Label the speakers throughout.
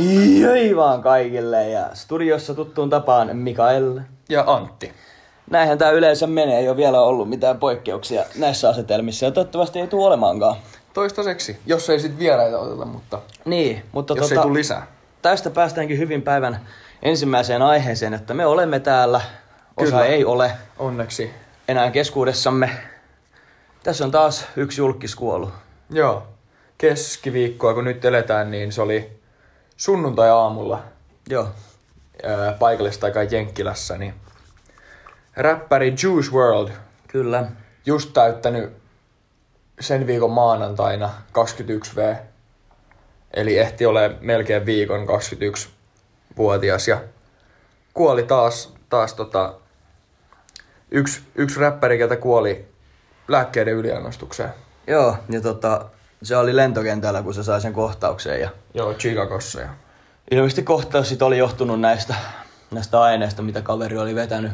Speaker 1: Joi vaan kaikille ja studiossa tuttuun tapaan Mikael
Speaker 2: ja Antti.
Speaker 1: Näinhän tää yleensä menee, ei ole vielä ollut mitään poikkeuksia näissä asetelmissa ja toivottavasti ei tule olemaankaan.
Speaker 2: Toistaiseksi, jos ei sit vieraita oteta, mutta jos ei tule lisää.
Speaker 1: Tästä päästäänkin hyvin päivän ensimmäiseen aiheeseen, että me olemme täällä, osa Kyllä. ei ole
Speaker 2: onneksi
Speaker 1: enää keskuudessamme. Tässä on taas yksi julkkis kuollut.
Speaker 2: Joo, keskiviikkoa kun nyt eletään, niin se oli sunnuntai-aamulla.
Speaker 1: Joo.
Speaker 2: Paikallista aikaa Jenkkilässä, niin räppäri Juice WRLD.
Speaker 1: Kyllä.
Speaker 2: Just täyttänyt sen viikon maanantaina 21V. Eli ehti ole melkein viikon 21-vuotias ja kuoli taas yksi räppäri, ketä kuoli lääkkeiden yliannostukseen.
Speaker 1: Joo, ja se oli lentokentällä, kun se sai sen kohtauksen.
Speaker 2: Joo, Chicagossa. Ja
Speaker 1: ilmeisesti kohtaus sit oli johtunut näistä aineista, mitä kaveri oli vetänyt.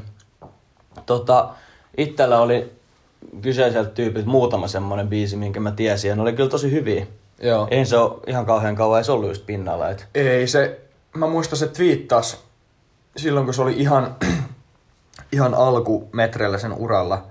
Speaker 1: Itsellä oli kyseiseltä tyypiltä muutama semmonen biisi, minkä mä tiesin, ja ne oli kyllä tosi hyviä.
Speaker 2: Joo.
Speaker 1: Ei se ole ihan kauhean kauan edes ollut just pinnalla.
Speaker 2: Ei se, mä muistan se twiittasi silloin, kun se oli ihan alkumetreillä sen uralla.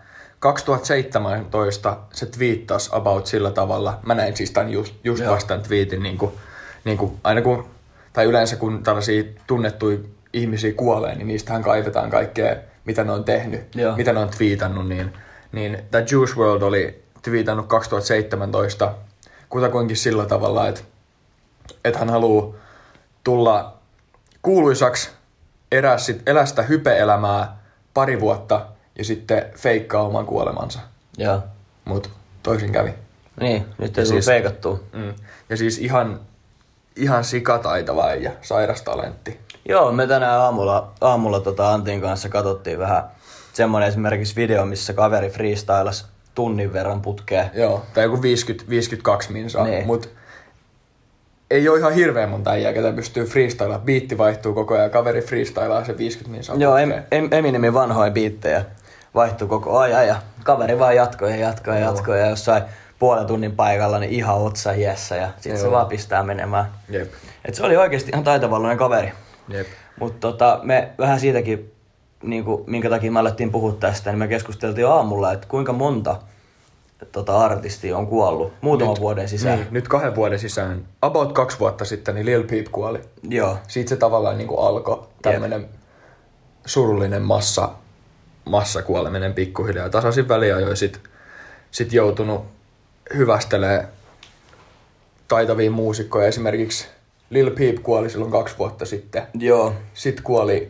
Speaker 2: 2017 se twiittasi about sillä tavalla. Mä näin siis tämän just vastaan tweetin, niinku, aina kun, tai yleensä kun tällaisia tunnettuja ihmisiä kuolee, niin niistähän kaivetaan kaikkea, mitä ne on tehnyt, mitä ne on twiitannut. Niin tämä Juice WRLD oli twiitannut 2017 kutakuinkin sillä tavalla, että hän haluaa tulla kuuluisaksi, elää sitä hype-elämää pari vuotta ja sitten feikkaa oman kuolemansa.
Speaker 1: Joo.
Speaker 2: Mut toisin kävi.
Speaker 1: Niin, nyt ei siis feikattua.
Speaker 2: Ja siis ihan sikataitava ja sairas talentti.
Speaker 1: Joo, me tänään aamulla Antin kanssa katsottiin vähän semmonen esimerkiksi video, missä kaveri freestylasi tunnin verran putkeen.
Speaker 2: Joo, tai joku 52 minsaa, niin. Mut ei ole ihan hirveän monta äijää, ketä pystyy freestylaan. Biitti vaihtuu koko ajan, kaveri freestylaa se 50 minsaa putkeen. Joo,
Speaker 1: Eminemin vanhoja biittejä vaihtuu koko ajan ja kaveri vaan jatkoi ja jossain puolen tunnin paikalla niin ihan otsa hiessä ja sit se vaan pistää menemään.
Speaker 2: Jep.
Speaker 1: Et se oli oikeesti ihan taitavallinen kaveri.
Speaker 2: Jep.
Speaker 1: Mut me vähän siitäkin, niinku, minkä takia me alettiin puhua tästä, niin me keskusteltiin aamulla, että kuinka monta artistia on kuollut muutaman vuoden sisään.
Speaker 2: Niin, nyt 2 vuoden sisään. About 2 vuotta sitten niin Lil Peep kuoli.
Speaker 1: Joo.
Speaker 2: Siitä se tavallaan niin kuin alkoi tämmönen surullinen massakuoleminen pikkuhiljaa. Tasaisin väliajoin sit joutunut hyvästelee taitavia muusikkoja. Esimerkiksi Lil Peep kuoli silloin 2 vuotta sitten.
Speaker 1: Joo.
Speaker 2: Sitten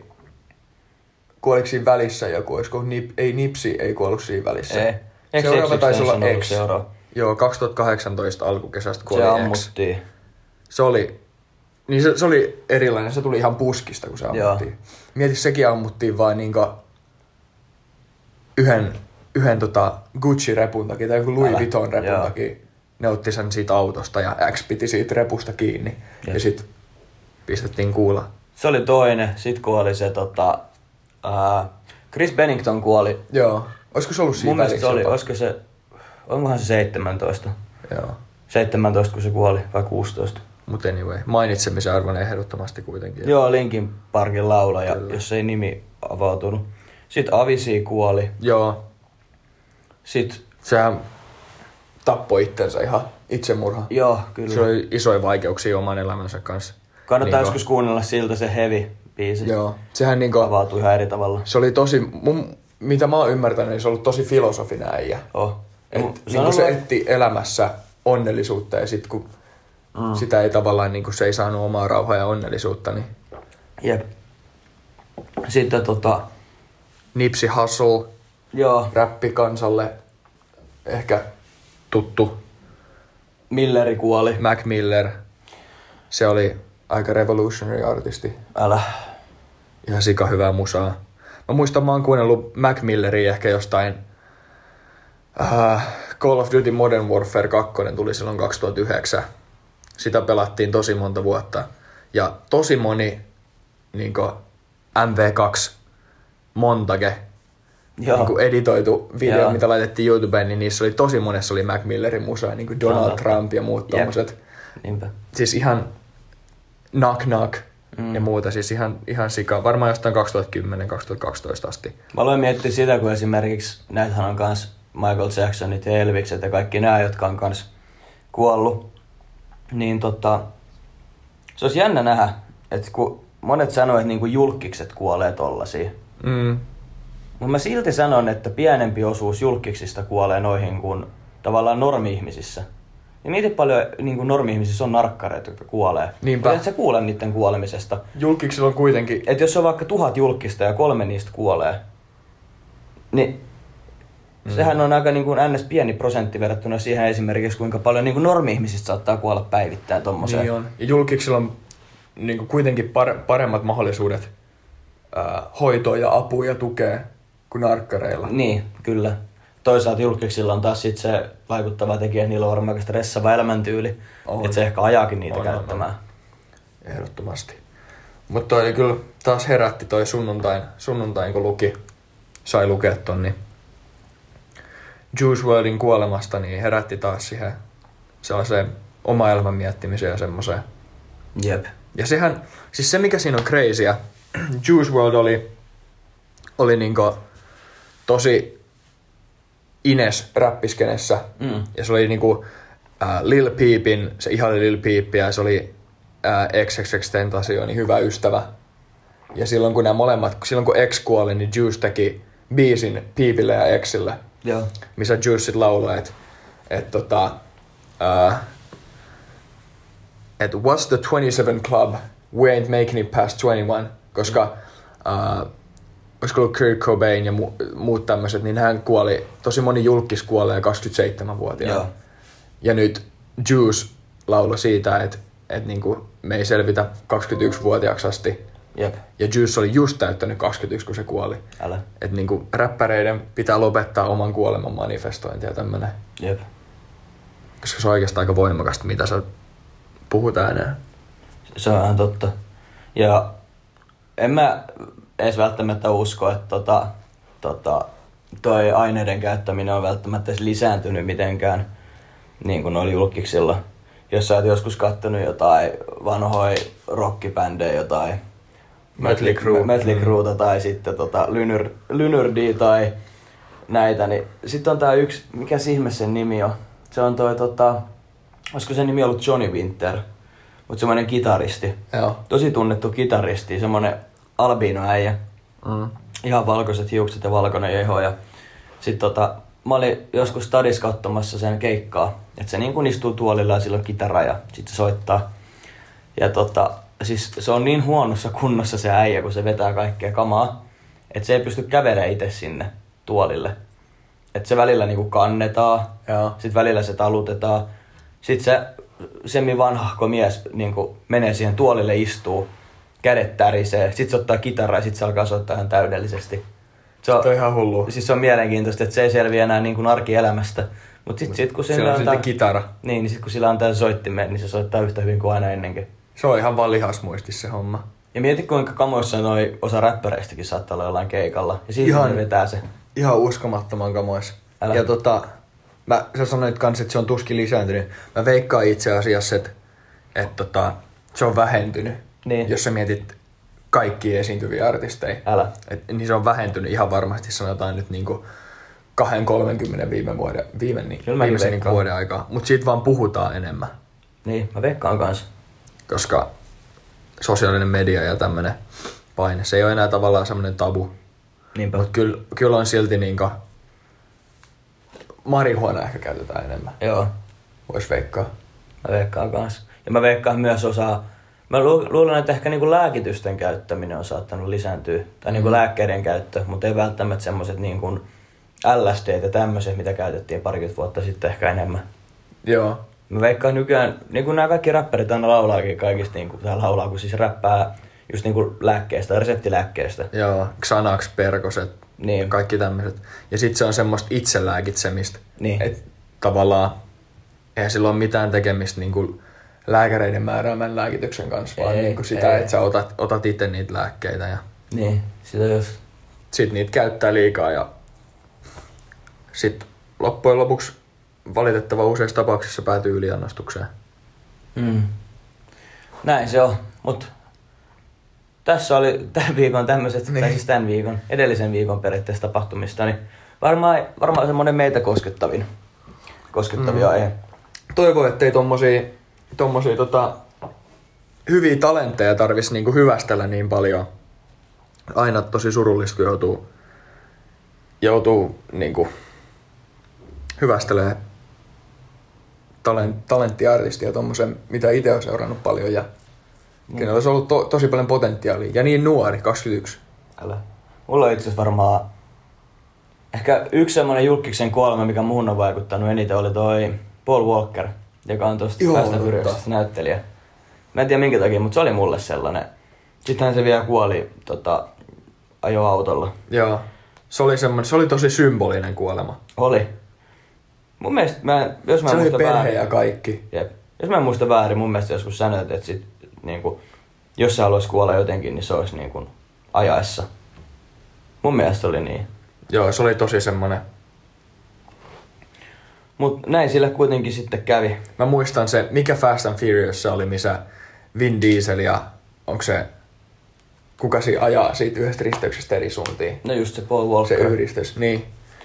Speaker 2: kuoliko siinä välissä joku, olisiko Nipsi ei kuollut siinä välissä.
Speaker 1: Ei.
Speaker 2: Seuraava taisi olla X. Joo, 2018 alkukesästä kuoli X.
Speaker 1: Se ammuttiin.
Speaker 2: Se oli erilainen, se tuli ihan puskista, kun se ammuttiin. Mieti, sekin ammuttiin vaan niinku yhden Gucci-repun takia tai joku Louis Vuitton-repun takia. Ne otti sen siitä autosta ja X piti siitä repusta kiinni. Ja sit pistettiin kuula.
Speaker 1: Se oli toinen. Sit kuoli se Chris Bennington kuoli.
Speaker 2: Joo. Olisiko se ollut siinä välissä?
Speaker 1: Mun mielestä se oli. Onkohan se 17?
Speaker 2: Joo.
Speaker 1: 17 kun se kuoli, vai 16?
Speaker 2: Mut anyway, mainitsemisen arvoinen ehdottomasti kuitenkin.
Speaker 1: Joo, Linkin Parkin laulaja, jos ei nimi avautunut. Sitten Avicii kuoli.
Speaker 2: Joo.
Speaker 1: Sitten
Speaker 2: sehän tappoi itsensä ihan itsemurha.
Speaker 1: Joo, kyllä.
Speaker 2: Se oli isoja vaikeuksia oman elämänsä kanssa.
Speaker 1: Kannattaa joskus kuunnella siltä se Heavy-biisi.
Speaker 2: Joo. Sehän
Speaker 1: avautui ihan eri tavalla.
Speaker 2: Se oli tosi, mitä mä oon ymmärtänyt, niin se on ollut tosi filosofinen äijä. Se etti elämässä onnellisuutta ja sit kun sitä ei tavallaan, niin se ei saanut omaa rauhaa ja onnellisuutta, niin
Speaker 1: jep. Sitten
Speaker 2: Nipsey Hussle.
Speaker 1: Joo.
Speaker 2: Räppi kansalle ehkä tuttu.
Speaker 1: Milleri kuoli.
Speaker 2: Mac Miller. Se oli aika revolutionary artisti.
Speaker 1: Älä.
Speaker 2: Ihan sika hyvää musaa. Mä muistan, mä oon kuunnellut Mac Milleria ehkä jostain Call of Duty Modern Warfare 2 tuli silloin 2009. Sitä pelattiin tosi monta vuotta. Ja tosi moni niinku MV2 montage niinku editoitu video, mitä laitettiin YouTubeen, niin niissä oli tosi monessa oli Mac Millerin musaa, niinku Donald Trump ja muut tommoset.
Speaker 1: Niinpä.
Speaker 2: Siis ihan Knock Knock ja muuta. Siis ihan sikaa. Varmaan jostain 2010-2012 asti.
Speaker 1: Mä aloin miettiä sitä, kun esimerkiksi näitähän on kans Michael Jacksonit ja Elvikset ja kaikki nämä, jotka on kans kuollut. Niin se olisi jännä nähdä, että kun monet sanoo, että niinku julkkikset kuolee tollasia. Mutta mä silti sanon, että pienempi osuus julkkiksista kuolee noihin kuin tavallaan normi-ihmisissä. Ja miten paljon niin normi-ihmisissä on narkkareita, jotka kuolee.
Speaker 2: Niinpä.
Speaker 1: Et sä kuule niiden kuolemisesta.
Speaker 2: Julkiksilla on kuitenkin...
Speaker 1: Et jos on vaikka 1000 julkista ja 3 niistä kuolee, niin sehän on aika niin kuin ns. Pieni prosentti verrattuna siihen esimerkiksi, kuinka paljon niin kuin normi-ihmisistä saattaa kuolla päivittäin tommoseen.
Speaker 2: Niin on. Ja julkiksilla on niin kuin kuitenkin paremmat mahdollisuudet hoitoa ja apua ja tukea kuin narkkareilla.
Speaker 1: Niin, kyllä. Toisaalta julkiksilla on taas sit se vaikuttava tekijä, niillä on varmaan stressaava elämäntyyli, että se ehkä ajaakin niitä käyttämään.
Speaker 2: Ehdottomasti. Mutta toi kyllä taas herätti toi sunnuntain kun sai lukea ton, niin Juice WRLDin kuolemasta, niin herätti taas siihen sellaiseen oma elämän miettimiseen ja semmoiseen.
Speaker 1: Jep.
Speaker 2: Ja sehän, siis se mikä siinä on crazyä, Juice WRLD oli niinku tosi ines räppiskenessä. Ja se oli niinku Lil Peepin, se ihaili Lil Peepia ja se oli XXXTentacionin hyvä ystävä. Ja silloin kun silloin kun X kuoli, niin Juice teki biisin Peepille ja Xille.
Speaker 1: Joo.
Speaker 2: Missä Juice sit laulaa, että what's the 27 club? We ain't making it past 21. Koska olisiko ollut Kurt Cobain ja muut tämmöiset, niin hän kuoli, tosi moni julkkis kuolee 27-vuotiaana.
Speaker 1: Joo.
Speaker 2: Ja nyt Juice lauloi siitä, että niinku me ei selvitä 21-vuotiaaksi asti.
Speaker 1: Jep.
Speaker 2: Ja Juice oli just täyttänyt 21, kun se kuoli.
Speaker 1: Älä.
Speaker 2: Että niinku räppäreiden pitää lopettaa oman kuoleman manifestointi ja tämmönen.
Speaker 1: Jep.
Speaker 2: Koska se on oikeastaan aika voimakasta, mitä sä puhut ääneen.
Speaker 1: Se on ihan totta. Ja en mä edes välttämättä usko, että toi aineiden käyttäminen on välttämättä edes lisääntynyt mitenkään, niin kuin oli julkiksilla. Jos sä oot joskus kattonut jotain vanhoja rockibändejä, jotain Mötley Crueta tai sitten Lynyrdia tai näitä, niin sitten on tää yksi, mikä ihme sen nimi on? Se on toi olisiko sen nimi ollut Johnny Winter, mutta semmoinen kitaristi.
Speaker 2: Joo.
Speaker 1: Tosi tunnettu kitaristi, semmoinen albino äijä. Ihan valkoiset hiukset ja valkoinen jeho. Ja sit mä olin joskus stadis katsomassa sen keikkaa, että se niin kuin istuu tuolilla ja sillä on kitara ja sit se soittaa. Ja siis se on niin huonossa kunnossa se äijä, kun se vetää kaikkea kamaa, että se ei pysty kävelemään itse sinne tuolille. Että se välillä niinku kannetaan, sit välillä se talutetaan. Sit se semi-vanhahko mies niinku menee siihen tuolille istuu, kädet tärisee, sit se ottaa kitaraa ja sit se alkaa soittaa ihan täydellisesti. Se on
Speaker 2: ihan hullu.
Speaker 1: Siis se on mielenkiintoista, että se ei selviä enää niin kuin arkielämästä. Mut sit kun
Speaker 2: sillä on sitten kitara.
Speaker 1: Niin sit kun sillä on tää soittimen, niin se soittaa yhtä hyvin kuin aina ennenkin. Se
Speaker 2: on ihan vaan lihasmuistis se homma.
Speaker 1: Ja mieti kuinka kamoissa noi osa räppäreistäkin saattaa olla jollain keikalla. Ja siitä ne vetää se.
Speaker 2: Ihan uskomattoman kamoissa. Älä. Ja sä sanoit kans, että se on tuskin lisääntynyt. Mä veikkaan itse asiassa, että se on vähentynyt. Niin. Jos sä mietit kaikkia esiintyviä artisteja. Niin se on vähentynyt ihan varmasti, sanotaan nyt niinku 20-30 viimeisen vuoden aikaa. Mut siitä vaan puhutaan enemmän.
Speaker 1: Niin, mä veikkaan kanssa.
Speaker 2: Koska sosiaalinen media ja tämmönen paine, se ei ole enää tavallaan semmonen tabu.
Speaker 1: Niinpä.
Speaker 2: Mut kyllä on silti niinku marihuana ehkä käytetään enemmän.
Speaker 1: Joo.
Speaker 2: Vois veikkaa.
Speaker 1: Mä veikkaan kanssa. Ja mä veikkaan myös mä luulen, että ehkä niinku lääkitysten käyttäminen on saattanut lisääntyä. Tai niinku lääkkeiden käyttö, mutta ei välttämättä semmoset niinku LSD ja tämmöiset, mitä käytettiin parikymmentä vuotta sitten ehkä enemmän.
Speaker 2: Joo.
Speaker 1: Mä veikkaan nykyään, niinku nämä kaikki räppärit aina laulaakin kaikista, niinku tää laulaa, kun siis räppää just niinku lääkkeestä, reseptilääkkeestä.
Speaker 2: Joo, Xanax, Perkoset, niin. Kaikki tämmöiset. Ja sit se on semmoista itselääkitsemistä.
Speaker 1: Niin.
Speaker 2: Et tavallaan eihän sillä ole mitään tekemistä niinku lääkäreiden määräämän lääkityksen kanssa, vaan niinku sitä, että sä otat itse niitä lääkkeitä. Ja
Speaker 1: niin, sitä jos.
Speaker 2: Sit niitä käyttää liikaa ja sit loppujen lopuksi valitettava useissa tapauksissa päätyy yliannostukseen.
Speaker 1: Näin se on, mut tässä oli tämän viikon tämmöiset,
Speaker 2: Niin.
Speaker 1: tai siis tämän viikon, edellisen viikon periaatteessa tapahtumista, niin varmaan semmonen meitä koskettavia aihe.
Speaker 2: Toivon, ettei tommosia hyviä talentteja tarvis niinku hyvästellä niin paljon. Aina tosi surullista, kun joutuu niinku hyvästelemään talenttiartistia tommosen, mitä itse on seurannut paljon ja kenellä olisi ollut tosi paljon potentiaalia. Ja niin nuori, 21.
Speaker 1: Älä. Mulla on itse asiassa varmaan ehkä yksi semmonen julkiksen kuolema, mikä muun on vaikuttanut eniten, oli toi Paul Walker, joka on tosta Fast and Furious'sta näyttelijä. Mä en tiedä minkä takia, mutta se oli mulle sellainen. Sittenhän se vielä kuoli ajoautolla.
Speaker 2: Joo. Se oli tosi symbolinen kuolema.
Speaker 1: Oli. Mun mielestä, jos mä
Speaker 2: se oli
Speaker 1: muistan
Speaker 2: perhe
Speaker 1: väärin,
Speaker 2: ja kaikki.
Speaker 1: Jep. Jos mä en muista väärin, mun mielestä joskus sanoit, että sit, niinku, jos se haluaisi kuolla jotenkin, niin se olisi niinku, ajaessa. Mun mielestä oli niin.
Speaker 2: Joo, se oli tosi semmonen.
Speaker 1: Mut näin sillä kuitenkin sitten kävi.
Speaker 2: Mä muistan se, mikä Fast and Furious se oli, missä Vin Diesel ja onko se, kuka siinä ajaa siitä yhdestä risteyksestä eri suuntiin.
Speaker 1: No just se Paul Walker.
Speaker 2: Se yhdistys, niin.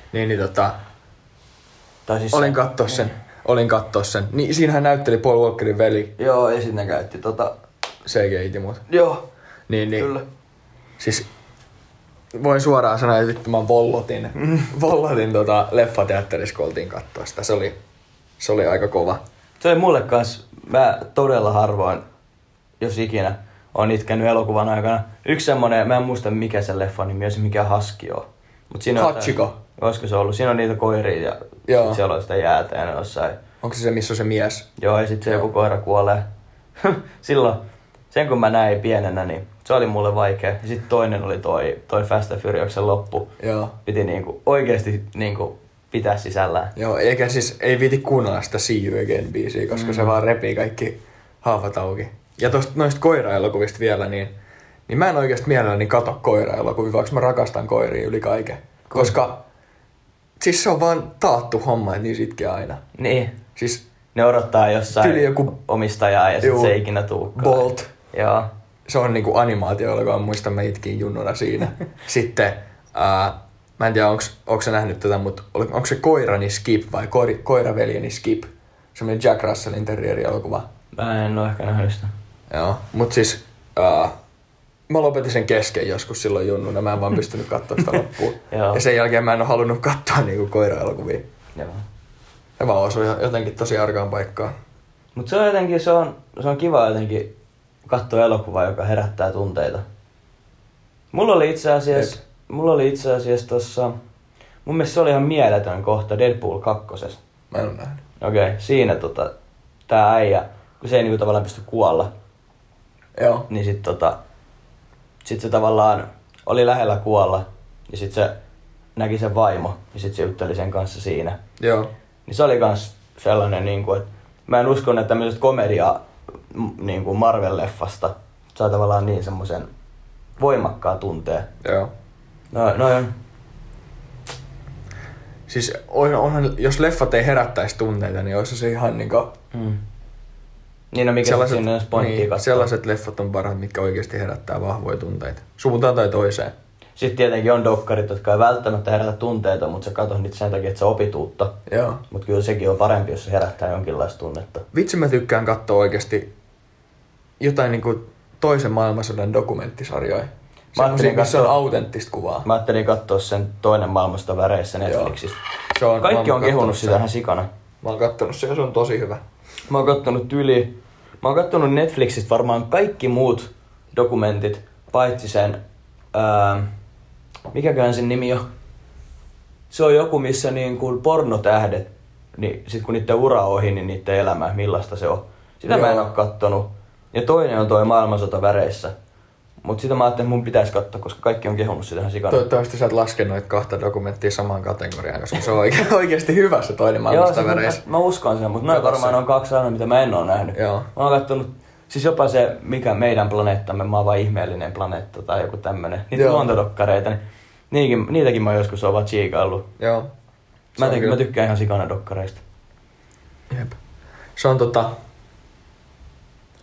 Speaker 1: Tai siis
Speaker 2: Olin kattoo sen. Niin, siinähän näytteli Paul Walkerin veli.
Speaker 1: Joo, ja sitten ne käytti
Speaker 2: CGI-timut.
Speaker 1: Joo,
Speaker 2: Niin.
Speaker 1: kyllä.
Speaker 2: Siis voin suoraan sanoa, että vittu mä vollotin leffateatterissa, kun oltiin kattoo sitä. Se oli aika kova.
Speaker 1: Se oli mulle kans, mä todella harvoin, jos ikinä, on itkenyt elokuvan aikana. Yksi semmonen, mä en muista mikä se leffan nimi on, se mikä Husky on. Mut siinä
Speaker 2: Hachiko.
Speaker 1: Olisiko se ollut? Siinä on niitä koiria ja sit siellä on sitä jäätä ja ne jossain.
Speaker 2: Onko se missä on se mies?
Speaker 1: Joo, ja sit se joku koira kuolee. Silloin, sen kun mä näin pienenä, niin se oli mulle vaikea. Ja sit toinen oli toi Fast and Furiouksen loppu.
Speaker 2: Joo.
Speaker 1: Piti niinku oikeesti niinku pitää sisällään.
Speaker 2: Joo, eikä siis ei viiti kuunnella sitä See You Again -biisiä, koska se vaan repii kaikki haafat auki. Ja noista koira-elokuvista vielä, niin mä en oikeesti mielelläni katso koira-elokuvia, vaikka mä rakastan koiria yli kaiken. Koska siis se on vaan taattu homma, että niin itkee aina.
Speaker 1: Niin.
Speaker 2: Siis
Speaker 1: ne odottaa jossain
Speaker 2: joku
Speaker 1: omistajaa ja sit se ei ikinä tuukaan.
Speaker 2: Bolt.
Speaker 1: Joo.
Speaker 2: Se on niinku animaatio-elokuva, muistan mä itkin junnuna siinä. Sitten, mä en tiedä onko sä nähnyt tätä, mutta onko se Koirani Skip vai Koiraveljeni Skip? Semmoinen Jack Russellin terrieri-elokuva.
Speaker 1: Mä en oo ehkä nähnyt sitä.
Speaker 2: Joo, mut siis mä lopetin sen kesken joskus silloin junnuna, mä en vaan pystynyt katsoa sitä loppuun. Ja sen jälkeen mä en oo halunnut katsoa niinku koira-elokuvia.
Speaker 1: Joo.
Speaker 2: Ja vaan osui jotenkin tosi arkaan paikkaan.
Speaker 1: Mut se on jotenkin, se on kiva jotenkin katsoa elokuvaa, joka herättää tunteita. Mulla oli itse asiassa tossa, mun mielestä se oli ihan mieletön kohta Deadpool 2.
Speaker 2: Mä en oo nähnyt.
Speaker 1: Okei, siinä tää äijä, kun se ei niinku tavallaan pysty kuolla.
Speaker 2: Joo.
Speaker 1: Niin sit se tavallaan oli lähellä kuolla ja sit se näki sen vaimo ja sit se jutteli sen kanssa siinä.
Speaker 2: Joo.
Speaker 1: Niin se oli kans sellainen niinku, että mä en usko, että tämmöisestä komedia niinku Marvel-leffasta saa tavallaan niin semmoisen voimakkaan tunteen.
Speaker 2: Joo.
Speaker 1: No joo.
Speaker 2: Siis onhan, jos leffat ei herättäisi tunteita, niin olisi se ihan niinku...
Speaker 1: Niin no mikä siinä on pointtia katsoa.
Speaker 2: Sellaiset leffat on parhaat, mitkä oikeasti herättää vahvoja tunteita. Suuntaan tai toiseen.
Speaker 1: Sitten tietenkin on dokkarit, jotka ei välttämättä herätä tunteita, mutta sä katsot niitä sen takia, että sä opit uutta.
Speaker 2: Joo.
Speaker 1: Mutta kyllä sekin on parempi, jos se herättää jonkinlaista tunnetta.
Speaker 2: Vitsi mä tykkään katsoa oikeasti jotain niinku toisen maailmansodan dokumenttisarjoja. Semmoisia, missä on autenttista kuvaa.
Speaker 1: Mä ajattelin katsoa sen toinen maailmasta väreissä Netflixistä.
Speaker 2: Kaikki
Speaker 1: on kehunut sitä ihan sikana.
Speaker 2: Mä oon kattonut sen ja se on tosi hyvä.
Speaker 1: Mä oon kattonut Netflixistä varmaan kaikki muut dokumentit, paitsi sen, mikäköhän sen nimi on? Se on joku, missä niin kuin pornotähdet, niin sit kun niiden ura on ohi, niin niiden elämä, millaista se on. Sitä mä en oo kattonut. Ja toinen on toi maailmansota väreissä. Mut sitä mä ajattelin, että mun pitäisi katsoa, koska kaikki on kehunut sitä ihan sikana.
Speaker 2: Toivottavasti sä et laske noita kahta dokumenttia samaan kategoriaan, koska se on oikeasti hyvä se toinen maailmasta väreissä.
Speaker 1: Mä uskon sen, mutta noin varmaan on kaksi aina, mitä mä en oo nähnyt.
Speaker 2: Joo.
Speaker 1: Mä oon kattonut, siis jopa se, mikä meidän planeettamme, mä oon vaan ihmeellinen planeetta tai joku tämmönen. Niitä luontodokkareita, niin niitäkin mä oon joskus vaan tsiikaillut.
Speaker 2: Joo.
Speaker 1: Mä tykkään ihan sikana dokkareista.
Speaker 2: Jep. Se on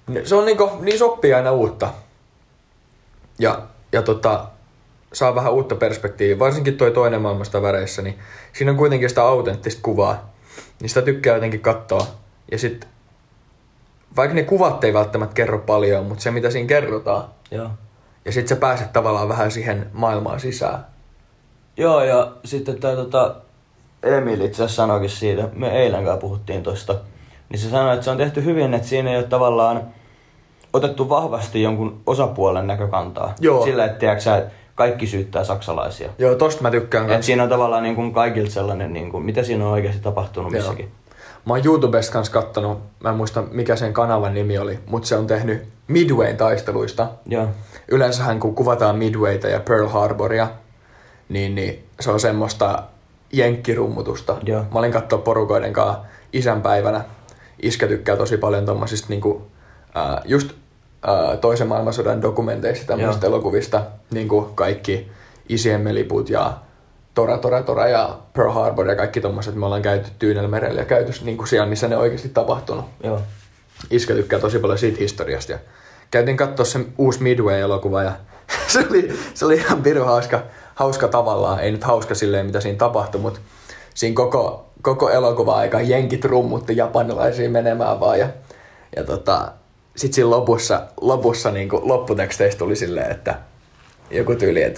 Speaker 2: Se on niin oppii aina uutta. Ja saa vähän uutta perspektiiviä. Varsinkin toi toinen maailmasta väreissä, niin siinä on kuitenkin sitä autenttista kuvaa. Niin sitä tykkää jotenkin katsoa. Ja sit, vaikka ne kuvat ei välttämättä kerro paljon, mutta se mitä siinä kerrotaan.
Speaker 1: Joo.
Speaker 2: Ja sit sä pääset tavallaan vähän siihen maailmaan sisään.
Speaker 1: Joo, ja sitten Emil itse asiassa sanoikin siitä, me eilen puhuttiin tosta, niin se sanoi, että se on tehty hyvin, että siinä ei ole tavallaan otettu vahvasti jonkun osapuolen näkökantaa.
Speaker 2: Joo.
Speaker 1: Sillä, että tiedätkö, kaikki syyttää saksalaisia.
Speaker 2: Joo, tosta mä tykkään.
Speaker 1: Et siinä on tavallaan niin kuin kaikilta sellainen, niin kuin, mitä siinä on oikeasti tapahtunut missäkin.
Speaker 2: Mä oon YouTubesta kanssa kattonut, mä en muista mikä sen kanavan nimi oli, mutta se on tehnyt Midwayn taisteluista.
Speaker 1: Joo.
Speaker 2: Yleensähän kun kuvataan Midwayta ja Pearl Harboria, niin se on semmoista jenkkirummutusta.
Speaker 1: Joo.
Speaker 2: Mä olin kattoo porukoiden kanssa isänpäivänä. Iskä tykkää tosi paljon tommosista niinku, toisen maailmansodan dokumenteista, tämmöisistä elokuvista, niinku kaikki Isien meliput ja Tora ja Pearl Harbor ja kaikki tommoset. Me ollaan käyty Tyynelmerellä ja käyty niinku siellä, missä ne oikeasti tapahtunut.
Speaker 1: Joo.
Speaker 2: Iskä tykkää tosi paljon siitä historiasta. Ja käytiin katsoa se uusi Midway-elokuva ja se oli ihan pirun hauska tavallaan. Ei nyt hauska silleen, mitä siinä tapahtui, mutta siinä koko elokuva-aika jenkit rummutti japanilaisia menemään vaan. Ja sit siinä lopussa niin lopputeksteistä tuli silleen, että joku tyyli, että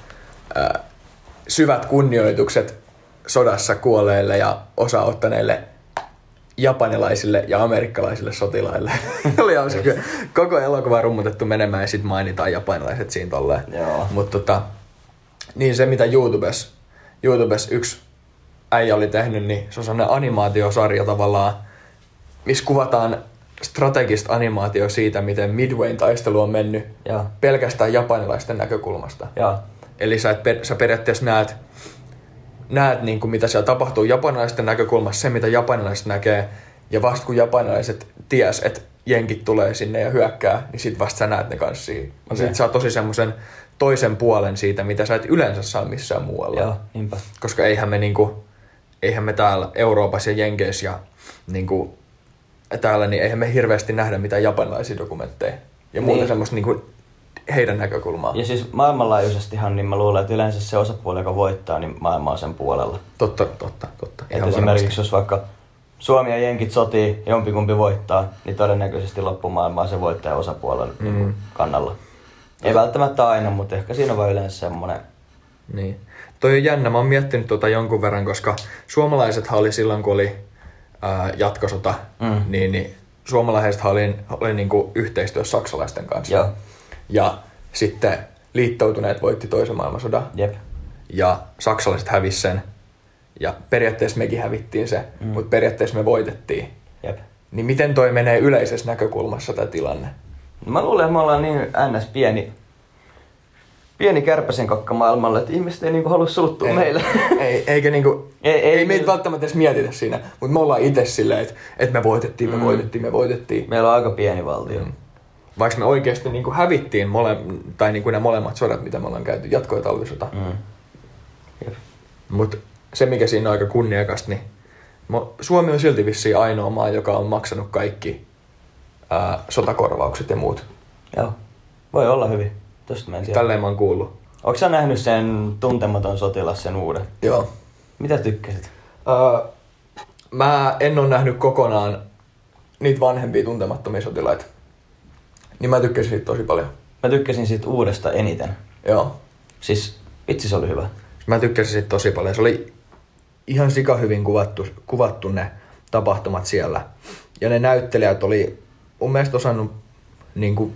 Speaker 2: syvät kunnioitukset sodassa kuolleille ja osaottaneille japanilaisille ja amerikkalaisille sotilaille. Oli hauska. Koko elokuva rummutettu menemään ja sit mainitaan japanilaiset siinä tolleen. Mutta niin se mitä YouTubessa yksi äijä oli tehnyt, niin se on sellainen animaatiosarja tavallaan, missä kuvataan strategista animaatio siitä, miten Midwayn taistelu on mennyt pelkästään japanilaisten näkökulmasta. Eli sä periaatteessa näet niin kuin mitä siellä tapahtuu japanilaisten näkökulmassa, se mitä japanilaiset näkee, ja vasta kun japanilaiset ties, että jenkit tulee sinne ja hyökkää, niin sit vasta sä näet ne kanssa siinä. Okay. Sit saa tosi semmoisen toisen puolen siitä, mitä sä et yleensä saa missään muualla.
Speaker 1: Joo, niinpä.
Speaker 2: Koska eihän me täällä Euroopassa ja Jenkeissä ja niinku, täällä, niin eihän me hirveästi nähdä mitään japanilaisia dokumentteja. Ja muuta semmoista niinku heidän näkökulmaa.
Speaker 1: Ja siis maailmanlaajuisestihan, niin mä luulen, että yleensä se osapuoli, joka voittaa, niin maailma on sen puolella.
Speaker 2: Totta.
Speaker 1: Että esimerkiksi jos vaikka Suomi ja jenkit sotii, jompikumpi voittaa, niin todennäköisesti loppumaailmaa se voittaja osapuolen kannalla. Ei välttämättä aina, mutta ehkä siinä on vaan yleensä semmoinen.
Speaker 2: Niin. Toi on jännä, mä oon miettinyt jonkun verran, koska suomalaisethan oli silloin, kun oli jatkosota, niin suomalaisethan oli niinku yhteistyössä saksalaisten kanssa.
Speaker 1: Joo.
Speaker 2: Ja sitten liittoutuneet voitti toisen maailmansodan.
Speaker 1: Jep.
Speaker 2: Ja saksalaiset hävisi sen. Ja periaatteessa mekin hävittiin se, mutta periaatteessa me voitettiin.
Speaker 1: Jep.
Speaker 2: Niin miten toi menee yleisessä näkökulmassa tämä tilanne?
Speaker 1: No mä luulen, että me ollaan niin ns. pieni kärpäsen kakka maailmalle, että ihmiset ei niinku halua suuttua meille.
Speaker 2: Eikä niinku, ei meitä välttämättä edes mietitä siinä, mutta me ollaan itse silleen, että me voitettiin.
Speaker 1: Meillä on aika pieni valtio.
Speaker 2: Vaikka me oikeasti niinku hävittiin tai niinku ne molemmat sodat, mitä me ollaan käyty, jatko- ja talvisota. Mutta se, mikä siinä on aika kunniakasta, niin Suomi on silti vissiin ainoa maa, joka on maksanut kaikki sotakorvaukset ja muut.
Speaker 1: Joo, voi olla hyvin. Tosta mä en tiedä.
Speaker 2: Tälleen mä oon kuullut.
Speaker 1: Onko sä nähnyt sen Tuntematon sotilas, sen uuden?
Speaker 2: Joo.
Speaker 1: Mitä tykkäsit?
Speaker 2: Mä en ole nähnyt kokonaan niitä vanhempia Tuntemattomia sotilaita. Niin mä tykkäsin siitä tosi paljon.
Speaker 1: Mä tykkäsin siitä uudesta eniten.
Speaker 2: Joo.
Speaker 1: Siis vitsi se oli hyvä.
Speaker 2: Mä tykkäsin siitä tosi paljon. Se oli ihan sika hyvin kuvattu ne tapahtumat siellä. Ja ne näyttelijät oli mun mielestä osannut niinku,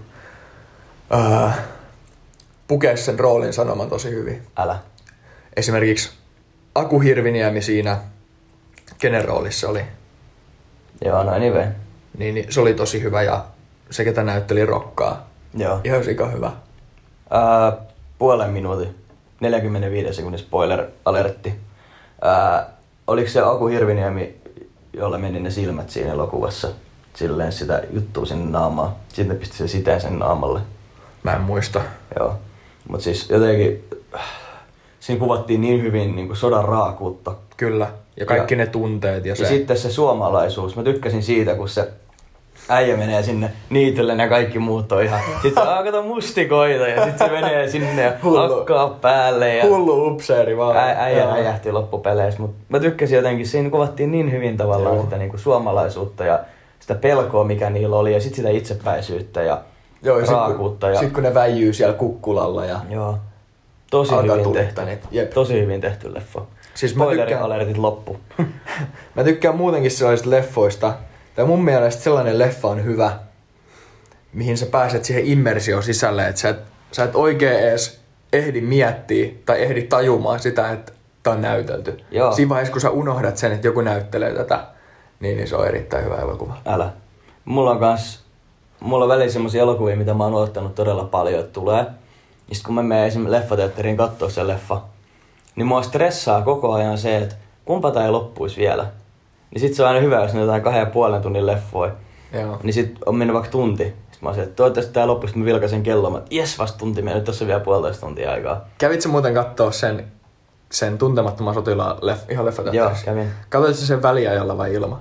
Speaker 2: pukea sen roolin sanoman tosi hyvin.
Speaker 1: Älä.
Speaker 2: Esimerkiksi Aku Hirviniemi siinä, kenen roolissa oli?
Speaker 1: Joo, no anyway.
Speaker 2: Niin se oli tosi hyvä ja se, ketä näytteli Rokkaa.
Speaker 1: Joo.
Speaker 2: Ihan sika hyvä.
Speaker 1: Puolen minuutin, 45 sekunnin spoiler-alertti. Oliko se Aku Hirviniemi, jolla meni ne silmät siinä elokuvassa? Silleen sitä juttua sinne naamaan. Sitten pisti se siteen sen naamalle.
Speaker 2: Mä en muista.
Speaker 1: Joo. Mut siis jotenkin siinä kuvattiin niin hyvin niin kuin sodan raakuutta.
Speaker 2: Kyllä. Ja kaikki ne tunteet. Ja
Speaker 1: sitten se suomalaisuus. Mä tykkäsin siitä, kun se äijä menee sinne niitylle ja kaikki muut on ihan. Sitten se kato mustikoita ja sitten se menee sinne ja hakkaa päälle. Ja
Speaker 2: hullu upseeri vaan.
Speaker 1: Äijä räjähti loppupeleissä, mutta mä tykkäsin jotenkin, siinä kuvattiin niin hyvin tavallaan sitä niinku suomalaisuutta ja sitä pelkoa, mikä niillä oli ja sitten sitä itsepäisyyttä ja raakuutta.
Speaker 2: Sitten kun ne väijyy siellä kukkulalla ja
Speaker 1: tosi hyvin tehty. Tosi hyvin tehty leffa.
Speaker 2: Siis
Speaker 1: spoileri-alertit loppu.
Speaker 2: Mä tykkään muutenkin sellaisista leffoista. Tai mun mielestä sellainen leffa on hyvä, mihin sä pääset siihen immersioon sisälle, että sä et oikein edes ehdi miettiä tai ehdi tajumaan sitä, että tää on näytelty. Joo. Siinä vaiheessa, kun sä unohdat sen, että joku näyttelee tätä, niin se on erittäin hyvä elokuva.
Speaker 1: Älä. Mulla on välillä semmosia elokuvia, mitä mä oon odottanut todella paljon, että tulee. Ja sit kun mä menen esimerkiksi leffateatteriin kattoo sen leffa, niin mua stressaa koko ajan se, että kumpa tää ei loppuisi vielä. Niin sit se on aina hyvä, jos ne jotain 2,5 tunnin leffoja. Joo. Niin sit on mennyt vaikka tunti. Sit mä oon että toivottavasti tää loppuisi, mä vilkaisen kelloa. Mä jes vasta tunti mennyt, tossa on vielä 1,5 tuntia aikaa.
Speaker 2: Kävitsä muuten kattoo sen Tuntemattoman sotilaan ihan leffateatterissa?
Speaker 1: Joo, kävin.
Speaker 2: Katsoitko sen väliajalla vai ilman?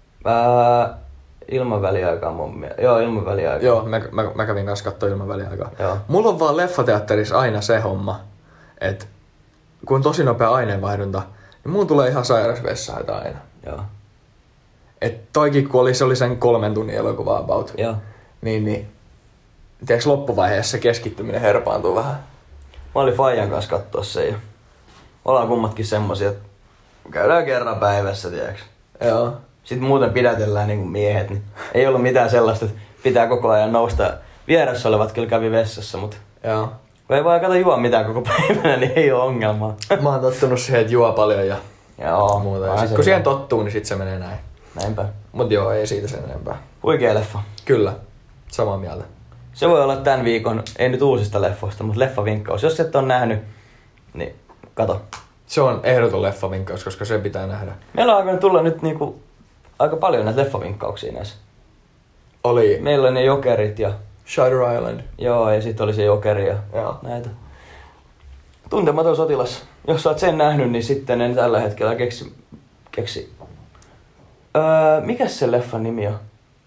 Speaker 1: Ilman väliaikaa mun mielestä. Joo, ilman väliaikaa.
Speaker 2: Joo, mä kävin kanssa kattoo ilman väliaikaa. Joo. Mulla on vaan leffateatterissa aina se homma, että kun on tosi nopea aineenvaihdunta, niin mun tulee ihan sairasvessaita aina. Joo. Et toikin, kun oli sen 3 tunnin elokuva about, niin tiedätkö, loppuvaiheessa se keskittyminen herpaantuu vähän.
Speaker 1: Mä olin Fajan kanssa kattoo se ja ollaan kummatkin semmosia, että käydään kerran päivässä, tiedätkö. Joo. Sitten muuten pidätellään niin kuin miehet, niin ei ollut mitään sellaista, että pitää koko ajan nousta. Vieressä olevat kyllä kävi vessassa, mutta kun ei vaan juo mitään koko päivänä, niin ei ole ongelmaa.
Speaker 2: Mä oon tottunut siihen, että juo paljon ja muuta. Ja sit kun siihen tottuu, niin sit se menee näin.
Speaker 1: Näinpä.
Speaker 2: Mut joo, ei siitä sen enempää.
Speaker 1: Huikea leffa.
Speaker 2: Kyllä, samaa mieltä.
Speaker 1: Se voi olla tän viikon, ei nyt uusista leffoista, mutta leffavinkkaus. Jos et ole nähnyt, niin kato.
Speaker 2: Se on ehdoton leffavinkkaus, koska se pitää nähdä.
Speaker 1: Meillä on alkanut tulla nyt niinku aika paljon näitä leffavinkkauksia näissä.
Speaker 2: Oli.
Speaker 1: Meillä oli ne Jokerit ja
Speaker 2: Shutter Island.
Speaker 1: Joo, ja sitten oli se Jokeri ja näitä. Tuntematon sotilas. Jos sä oot sen nähnyt, niin sitten en tällä hetkellä keksi. Mikäs se leffan nimi on?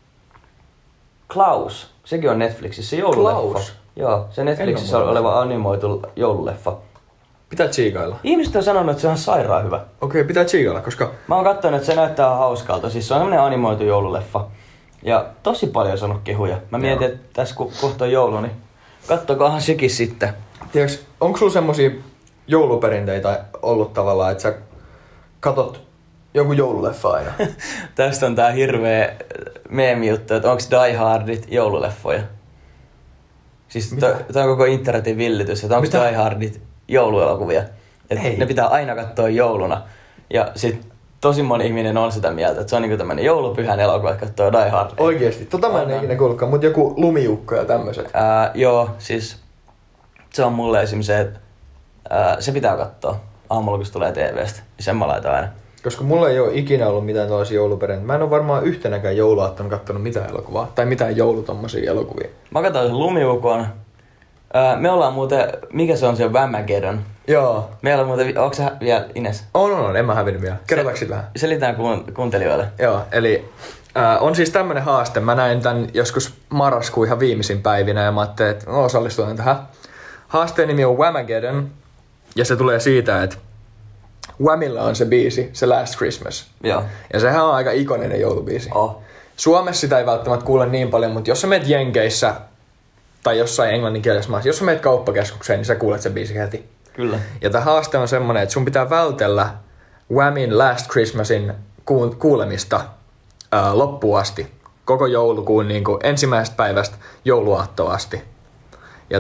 Speaker 1: Klaus. Sekin on Netflixissä. Se joululeffa. Klaus? Joo, se Netflixissä oleva animoitu joululeffa.
Speaker 2: Pitää tsiikailla.
Speaker 1: Ihmiset on sanonut, että se on sairaan hyvä.
Speaker 2: Okei, pitää tsiikailla, koska
Speaker 1: mä oon katsonut, että se näyttää hauskalta. Siis se on semmonen animoitu joululeffa. Ja tosi paljon saanut kehuja. Mä mietin, että tässä kun kohta on joulu, niin kattokohan sekin sitten.
Speaker 2: Tiedätkö, onko sulla semmosia jouluperinteitä ollut tavallaan, että sä katot jonkun joululeffa aina?
Speaker 1: Tästä on tää hirveä meemi-juttu, että onks Die Hardit joululeffoja? Siis tää on koko internetin villitys, että onks Die Hardit jouluelokuvia? Että ne pitää aina katsoa jouluna. Ja sit tosi moni ihminen on sitä mieltä, että se on niinku tämmönen joulupyhän elokuva, että katsoo Die Hard.
Speaker 2: Oikeesti? Mä en ikinä kuullutkaan, mut joku Lumiukko ja tämmöset.
Speaker 1: Joo, siis se on mulle esimerkiksi se, että se pitää katsoa aamulla, kun se tulee TV:stä. Niin sen mä laitan aina.
Speaker 2: Koska mulla ei oo ikinä ollut mitään tällaisia jouluperinteitä. Mä en oo varmaan yhtenäkään jouluaattona kattonut mitään elokuvaa. Tai mitään joulutommosia elokuvia.
Speaker 1: Mä katsoin sen Lumiukon. Me ollaan muuten, mikä se on se Whamageddon?
Speaker 2: Joo.
Speaker 1: Meillä on muuten, onko sä vielä Ines?
Speaker 2: On, en mä hävinnyt vielä. Kerrotaanko sit vähän?
Speaker 1: Selitään kuuntelijoille.
Speaker 2: Joo, eli on siis tämmönen haaste. Mä näin tän joskus marraskuun ihan viimeisin päivinä ja mä ajattelin, että osallistuin tähän. Haasteen nimi on Whamageddon ja se tulee siitä, että Whamilla on se biisi, se Last Christmas.
Speaker 1: Joo.
Speaker 2: Ja sehän on aika ikoninen joulubiisi. Suomessa sitä ei välttämättä kuule niin paljon, mutta jos sä meet Jenkeissä tai jossain englanninkielisessä maassa, jos sä meet kauppakeskukseen, niin sä kuulet sen biisin heti.
Speaker 1: Kyllä.
Speaker 2: Ja tämä haaste on semmonen, että sun pitää vältellä Whamin Last Christmasin kuulemista loppuun asti. Koko joulukuun niin kuin ensimmäisestä päivästä jouluaattoon asti. Ja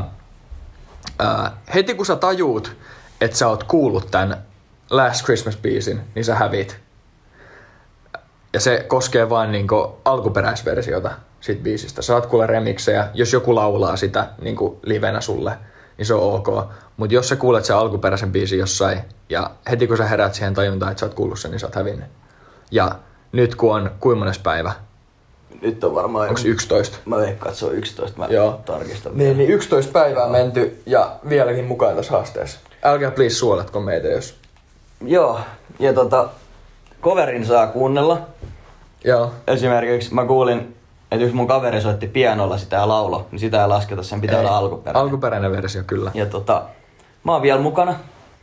Speaker 2: heti kun sä tajuut, että sä oot kuullut tän Last Christmas-biisin, niin sä hävit. Ja se koskee vain niinku alkuperäisversiota siitä biisistä. Saat kuulla remiksejä, jos joku laulaa sitä niinku livenä sulle, niin se on ok. Mutta jos sä kuulet sen alkuperäisen biisin jossain, ja heti kun sä herät siihen tajuntaan, että sä oot kuullut sen, niin sä oot hävinnyt. Ja nyt kun on kuinka päivä?
Speaker 1: Nyt on varmaan...
Speaker 2: Onko 11?
Speaker 1: Mä veikkaan, että se on 11. Mä tarkistan.
Speaker 2: Niin 11 päivää menty ja vieläkin mukaan tässä haasteessa. Älkää please suolatko meitä, jos...
Speaker 1: Joo, ja coverin saa kuunnella.
Speaker 2: Joo.
Speaker 1: Esimerkiksi mä kuulin Että jos mun kaveri soitti pianolla sitä ja laulo, niin sitä ei lasketa, sen pitää olla alkuperäinen.
Speaker 2: Alkuperäinen versio, kyllä.
Speaker 1: Ja mä oon vielä mukana,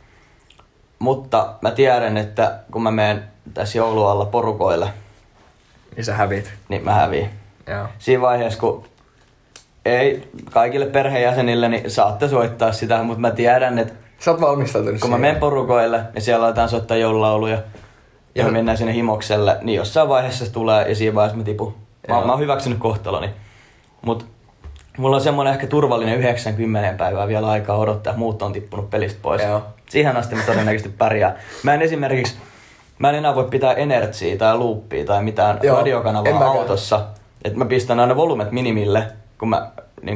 Speaker 1: mutta mä tiedän, että kun mä menen tässä joulualla porukoille,
Speaker 2: niin sä hävit.
Speaker 1: Niin mä häviin.
Speaker 2: Joo.
Speaker 1: Siinä vaiheessa, kun ei kaikille perheenjäsenille, niin saatte soittaa sitä, mutta mä tiedän, että
Speaker 2: sä oot valmistautunut
Speaker 1: kun mä menen porukoille, niin siellä aletaan soittaa joululauluja ja me mennään sinne himokselle, niin jossain vaiheessa se tulee ja siinä vaiheessa mä tipun. Mä oon hyväksynyt kohtaloni. Mut mulla on semmonen ehkä turvallinen 90 päivää vielä aikaa odottaa, muut on tippunut pelistä pois.
Speaker 2: Joo.
Speaker 1: Siihen asti mä todennäköisesti pärjään. Mä en enää voi pitää Energiä tai loopia tai mitään radiokanavaa autossa. Että mä pistän aina volumet minimille, kun mä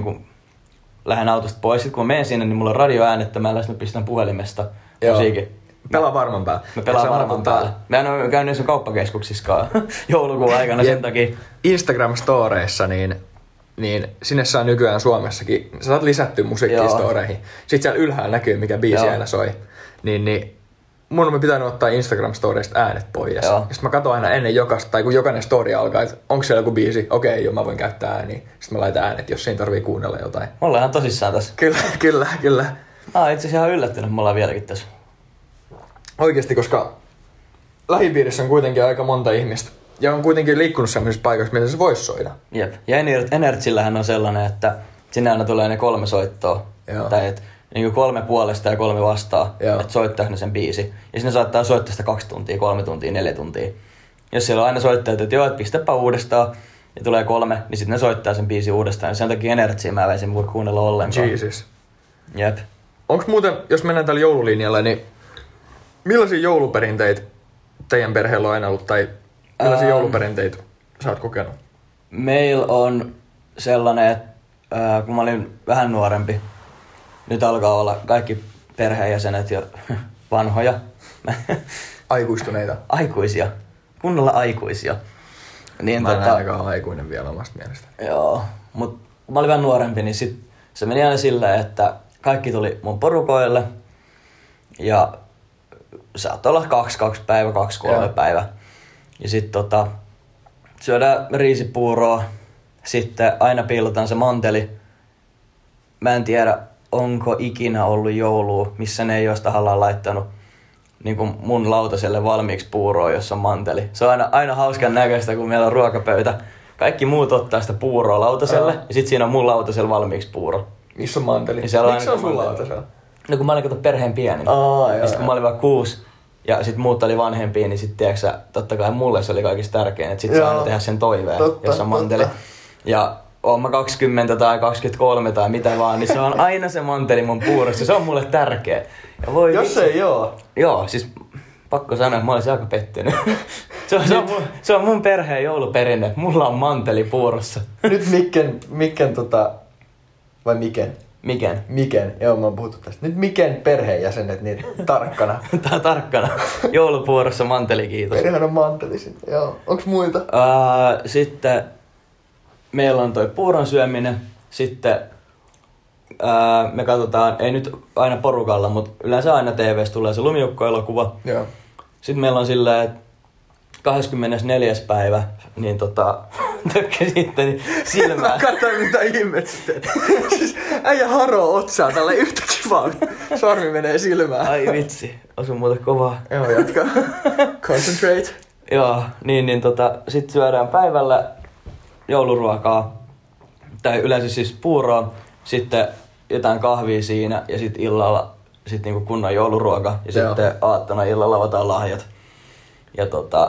Speaker 1: lähden autosta pois. Sitten kun mä menen sinne, niin mulla on radioäänettömällä, sitten mä pistän puhelimesta musiikin.
Speaker 2: Pelaa varman päällä.
Speaker 1: Mä pelaan varman päällä. Mä en ole käynyt edes kauppakeskuksiskaan joulukuun aikana sen takia.
Speaker 2: Instagram-storeissa, niin sinne saa nykyään Suomessakin, sä saat lisättyä musiikkia storeihin. Sitten siellä ylhäällä näkyy, mikä biisi aina soi. Niin mun on pitänyt ottaa Instagram-storeista äänet pois. Ja sitten mä katson aina ennen jokaista, tai kun jokainen story alkaa, että onko siellä joku biisi, okei, mä voin käyttää ääniä. Sitten mä laitan äänet, jos siinä tarvii kuunnella jotain.
Speaker 1: Me ollaan ihan tosissaan tässä.
Speaker 2: Kyllä.
Speaker 1: Mä oon itse asiassa ihan yllättynyt, me ollaan vieläkin tässä.
Speaker 2: Oikeesti, koska lähipiirissä on kuitenkin aika monta ihmistä. Ja on kuitenkin liikkunut sellaisissa paikoissa, miten se voisi soida.
Speaker 1: Jep. Ja Energillähän on sellainen, että sinne aina tulee ne 3 soittoa. Joo. Tai et, niin 3 puolesta ja 3 vastaan, että soittaako ne sen biisi. Ja sinne saattaa soittaa sitä 2 tuntia, 3 tuntia, 4 tuntia. Jos siellä on aina soittajat, että joo, että pistäpä uudestaan, ja tulee 3, niin sitten ne soittaa sen biisin uudestaan. Ja sen takia Energiä mä en voi kuunnella ollenkaan.
Speaker 2: Jesus.
Speaker 1: Jep.
Speaker 2: Onks muuten, jos mennään tällä joululinjalla, niin millaisia jouluperinteitä teidän perheellä on aina ollut, tai millaisia jouluperinteitä sä oot kokenut?
Speaker 1: Meillä on sellainen, että kun mä olin vähän nuorempi, nyt alkaa olla kaikki perheenjäsenet jo vanhoja.
Speaker 2: Aikuistuneita.
Speaker 1: Aikuisia. Kunnolla aikuisia. Niin,
Speaker 2: mä en ainakaan ole aikuinen vielä omasta mielestäni.
Speaker 1: Joo, mutta kun mä olin vähän nuorempi, niin sit se meni aina silleen, että kaikki tuli mun porukoille ja saattoi olla 2 päivä, 2-3 päivä. Ja sit syödään riisipuuroa, sitten aina piilotaan se manteli. Mä en tiedä, onko ikinä ollut joulua, missä ne ei olisi tahallaan laittanut niin kuin mun lautaselle valmiiksi puuroa, jossa on manteli. Se on aina hauskan näköistä, kun meillä on ruokapöytä. Kaikki muut ottaa sitä puuroa lautaselle ja sit siinä on mun lautaselle valmiiksi puuro.
Speaker 2: Missä on manteli?
Speaker 1: Miksi se on sun lautasella? No kun mä olin perheen pienin. Ja sit kun mä olin vaan 6 ja sit muut oli vanhempia, niin sit tiiäksä, totta kai mulle se oli kaikista tärkein, että sit saa aina tehdä sen toiveen, jos on manteli. Ja oon mä 20 tai 23 tai mitä vaan, niin se on aina se manteli mun puurossa. Se on mulle tärkeä. Ja voi
Speaker 2: jos ei joo.
Speaker 1: Joo, siis pakko sanoa, että mä olisin aika pettynyt. se on mun perheen jouluperinne. Mulla on manteli puurossa.
Speaker 2: Nyt Mikken vai Miken? Miken, joo mä oon puhuttu tästä. Nyt Miken perheenjäsenet, niin tarkkana.
Speaker 1: Tarkkana. Joulupuurossa manteli, kiitos.
Speaker 2: Perhän on manteli sitten, joo. Onks muita?
Speaker 1: Sitten meillä on toi puuron syöminen. Sitten me katsotaan, ei nyt aina porukalla, mutta yleensä aina TV:stä tulee se lumiukko-elokuva.
Speaker 2: Joo.
Speaker 1: Sitten meillä on silleen, että 24. päivä, niin tökkä sitten silmää.
Speaker 2: Katsotaan mitä ihmettä. Siis äijä haroo otsaa tällä yhtä kivaa. Sormi menee silmään.
Speaker 1: Ai vitsi, osu muuten kovaa.
Speaker 2: Joo, jatka. Concentrate.
Speaker 1: Joo, niin sit syödään päivällä jouluruokaa. Tai yleensä siis puuroa, sitten jotain kahvia siinä ja sitten illalla sit niinku kunnon jouluruoka. Ja sitten aattona illalla avataan lahjat. Ja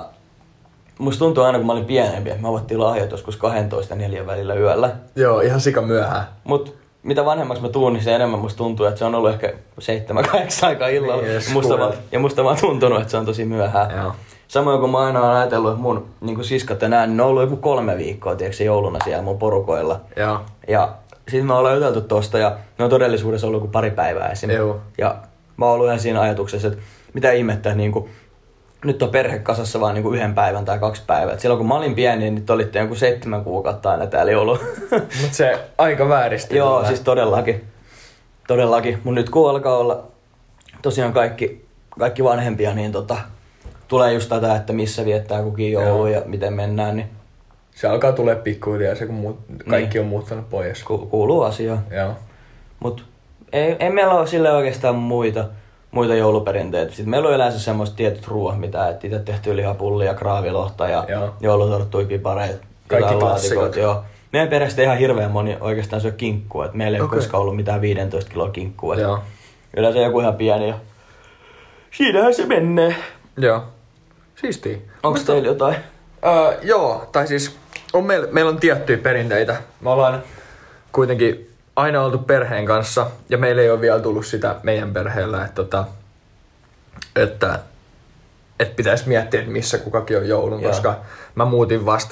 Speaker 1: musta tuntuu aina kun mä olin pienempi, että me avattiin lahjat joskus 12 ja 4 välillä yöllä.
Speaker 2: Joo, ihan sika myöhään.
Speaker 1: Mut mitä vanhemmaksi mä tuun, niin se enemmän musta tuntuu, että se on ollut ehkä 7-8 aikaa illalla. Niin, ja musta vaan tuntunut, että se on tosi myöhään. Joo. Samoin kun mä aina oon ajatellut, että mun niin siskat ja nää, niin ne on ollut joku 3 viikkoa, tiedätkö, jouluna siellä mun porukoilla. Joo. Ja sit me ollaan juteltu tosta ja ne on todellisuudessa ollut joku 2 päivää esim. Joo. Ja mä oon ollut ihan siinä ajatuksessa, että mitä ihmettä, että niinku nyt on perhe kasassa vaan niinku 1 päivän tai 2 päivää. Et silloin kun mä olin pieni, niin te olitte joku 7 kuukautta aina täällä joulu.
Speaker 2: Mut se aika vääristi.
Speaker 1: Joo, siis todellakin. Mun nyt kun alkaa olla tosiaan kaikki vanhempia, niin tulee just tätä, että missä viettää kukin joulu ja miten mennään. Niin
Speaker 2: Se alkaa tulee pikkuhiljaa se, kun kaikki on muuttanut pois.
Speaker 1: Kuuluu asiaan.
Speaker 2: Joo.
Speaker 1: Mut ei meillä ole sille oikeastaan muita jouluperinteitä. Sitten meillä on yleensä semmoiset tietyt ruoat, mitä et itse tehtyä lihapullia, kraavilohta ja joulutorttui, pipareita.
Speaker 2: Kaikki klassikot.
Speaker 1: Joo. Meidän perheestä ihan hirveän moni oikeastaan syö kinkkua. Et meillä ei ole koskaan ollut mitään 15 kiloa kinkkua. Yleensä joku ihan pieni ja siinähän se menee.
Speaker 2: Joo. Siistii.
Speaker 1: Onko teillä jotain?
Speaker 2: Joo, tai siis meillä on tiettyjä perinteitä. Me ollaan kuitenkin aina oltu perheen kanssa ja meillä ei ole vielä tullut sitä meidän perheellä, että pitäisi miettiä, että missä kukakin on joulun, koska mä muutin vasta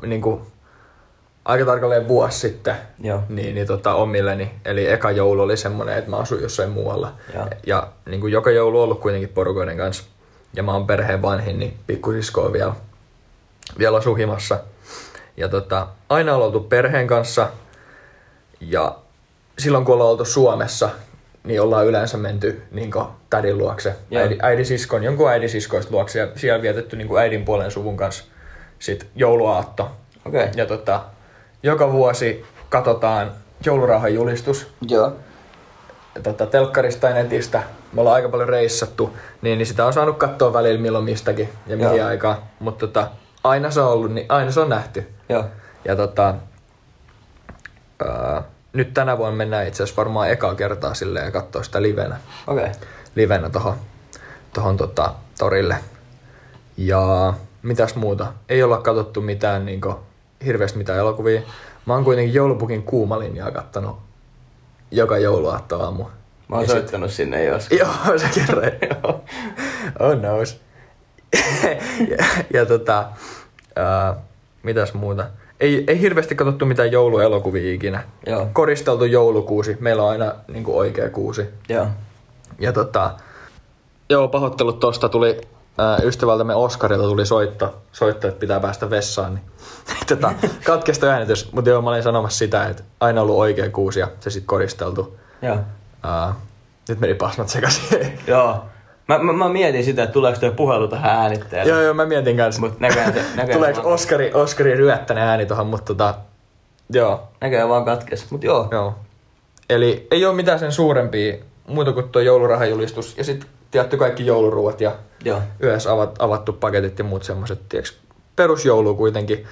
Speaker 2: aika tarkalleen vuosi sitten omilleni. Eli eka joulu oli semmoinen, että mä asuin jossain muualla. Ja niin kuin joka joulu on ollut kuitenkin porukoiden kanssa. Ja mä oon perheen vanhin, niin pikkusisko on vielä asuu himassa. Ja aina on oltu perheen kanssa. Ja silloin kun ollaan oltu Suomessa, niin ollaan yleensä menty tädin luokse. Jonkun äidisiskoista luokse. Ja siellä vietetty äidin puolen suvun kanssa sit jouluaatto.
Speaker 1: Okay.
Speaker 2: Ja joka vuosi katsotaan joulurauhan julistus.
Speaker 1: Joo.
Speaker 2: Telkkarista tai netistä. Me ollaan aika paljon reissattu, niin sitä on saanut katsoa välillä milloin mistäkin ja mihin aikaan. Mutta aina se on ollut, niin aina se on nähty.
Speaker 1: Joo.
Speaker 2: Ja nyt tänä vuonna mennään itse asiassa varmaan ekaa kertaa silleen ja katsoo sitä livenä.
Speaker 1: Okay.
Speaker 2: Livenä tohon torille. Ja mitäs muuta? Ei olla katsottu mitään hirveästi mitään elokuvia. Mä oon kuitenkin joulupukin kuumalinjaa kattonut joka jouluaattoaamu.
Speaker 1: Mä oon soittanut sinne joskus.
Speaker 2: Joo, sä kerroit. Oh knows. Mitäs muuta? Ei hirveästi katsottu mitään jouluelokuvia ikinä.
Speaker 1: Joo.
Speaker 2: Koristeltu joulukuusi. Meillä on aina oikea kuusi.
Speaker 1: Joo.
Speaker 2: Ja pahoittelut tosta tuli ystävältämme Oskarilta tuli soitto, että pitää päästä vessaan. Niin, katkesta äänitys. Mutta mä olin sanomassa sitä, että aina ollut oikea kuusi ja se sit koristeltu.
Speaker 1: Joo.
Speaker 2: Nyt meni pasmat sekaisin.
Speaker 1: Joo. Mä mietin sitä, että tuleeko tuo puhelu tähän äänitteelle.
Speaker 2: Joo, mä mietin kanssa.
Speaker 1: Mut näköjään
Speaker 2: tuleeko Oskari ryöttäinen ääni tohon, mutta joo.
Speaker 1: Näköjään vaan katkes, mut joo.
Speaker 2: Eli ei oo mitään sen suurempia muuta kuin tuo joulurahajulistus ja sit tietty kaikki jouluruuat ja yhdessä avattu paketit ja muut semmoset, tiiäks, perusjoulu kuitenkin.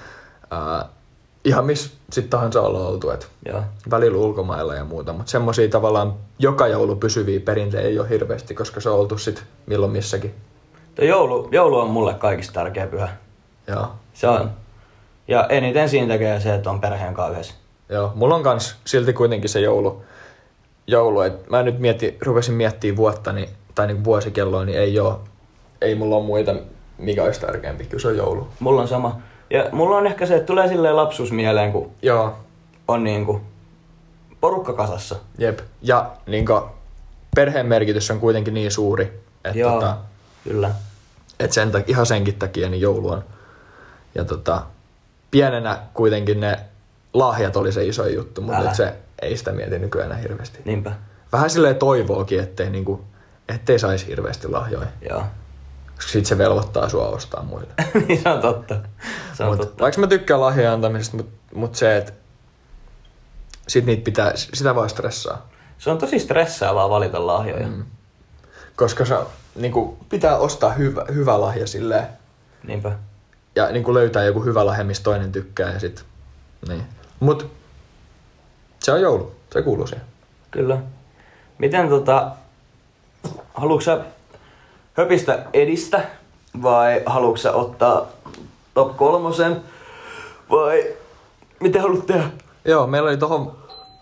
Speaker 2: Ihan missä sit tahansa ollaan oltu, et välillä ulkomailla ja muuta, mutta semmosia tavallaan joka joulu pysyviä perinteitä ei ole hirveästi, koska se on oltu sit milloin missäkin.
Speaker 1: Joulu on mulle kaikista tärkeä pyhä.
Speaker 2: Joo.
Speaker 1: Se on. Ja eniten siinä tekee se, että on perheen kanssa yhdessä.
Speaker 2: Joo, mulla on kans silti kuitenkin se joulu, että mä nyt rupesin miettimään vuottani, tai vuosikelloa, niin ei mulla ole muita, mikä olisi tärkeämpi, kyllä se on joulu.
Speaker 1: Mulla on sama. Ja mulla on ehkä se, että tulee silleen lapsuus mieleen, kun on porukka kasassa.
Speaker 2: Jep. Ja perheen merkitys on kuitenkin niin suuri, että
Speaker 1: kyllä.
Speaker 2: Että ihan senkin takia niin joulu on. Ja pienenä kuitenkin ne lahjat oli se iso juttu, mutta se ei sitä mieti nykyään enää hirveästi.
Speaker 1: Niinpä.
Speaker 2: Vähän silleen toivookin, ettei saisi hirveästi lahjoja.
Speaker 1: Joo.
Speaker 2: Koska sit se velvoittaa sua ostaa muille.
Speaker 1: Niin se on totta.
Speaker 2: Vaikka mä tykkään lahjoja antamisesta, mutta se, että sit niitä sitä vaan stressaa.
Speaker 1: Se on tosi stressaavaa valita lahjoja.
Speaker 2: Koska se pitää ostaa hyvä lahja silleen.
Speaker 1: Niinpä.
Speaker 2: Ja löytää joku hyvä lahja, mistä toinen tykkää ja sit niin. Mut se on joulu. Se kuuluu siihen.
Speaker 1: Kyllä. Miten haluatko sä höpistä edistä vai haluatko sä ottaa top 3 vai mitä haluat tehdä?
Speaker 2: Joo, meillä oli tohon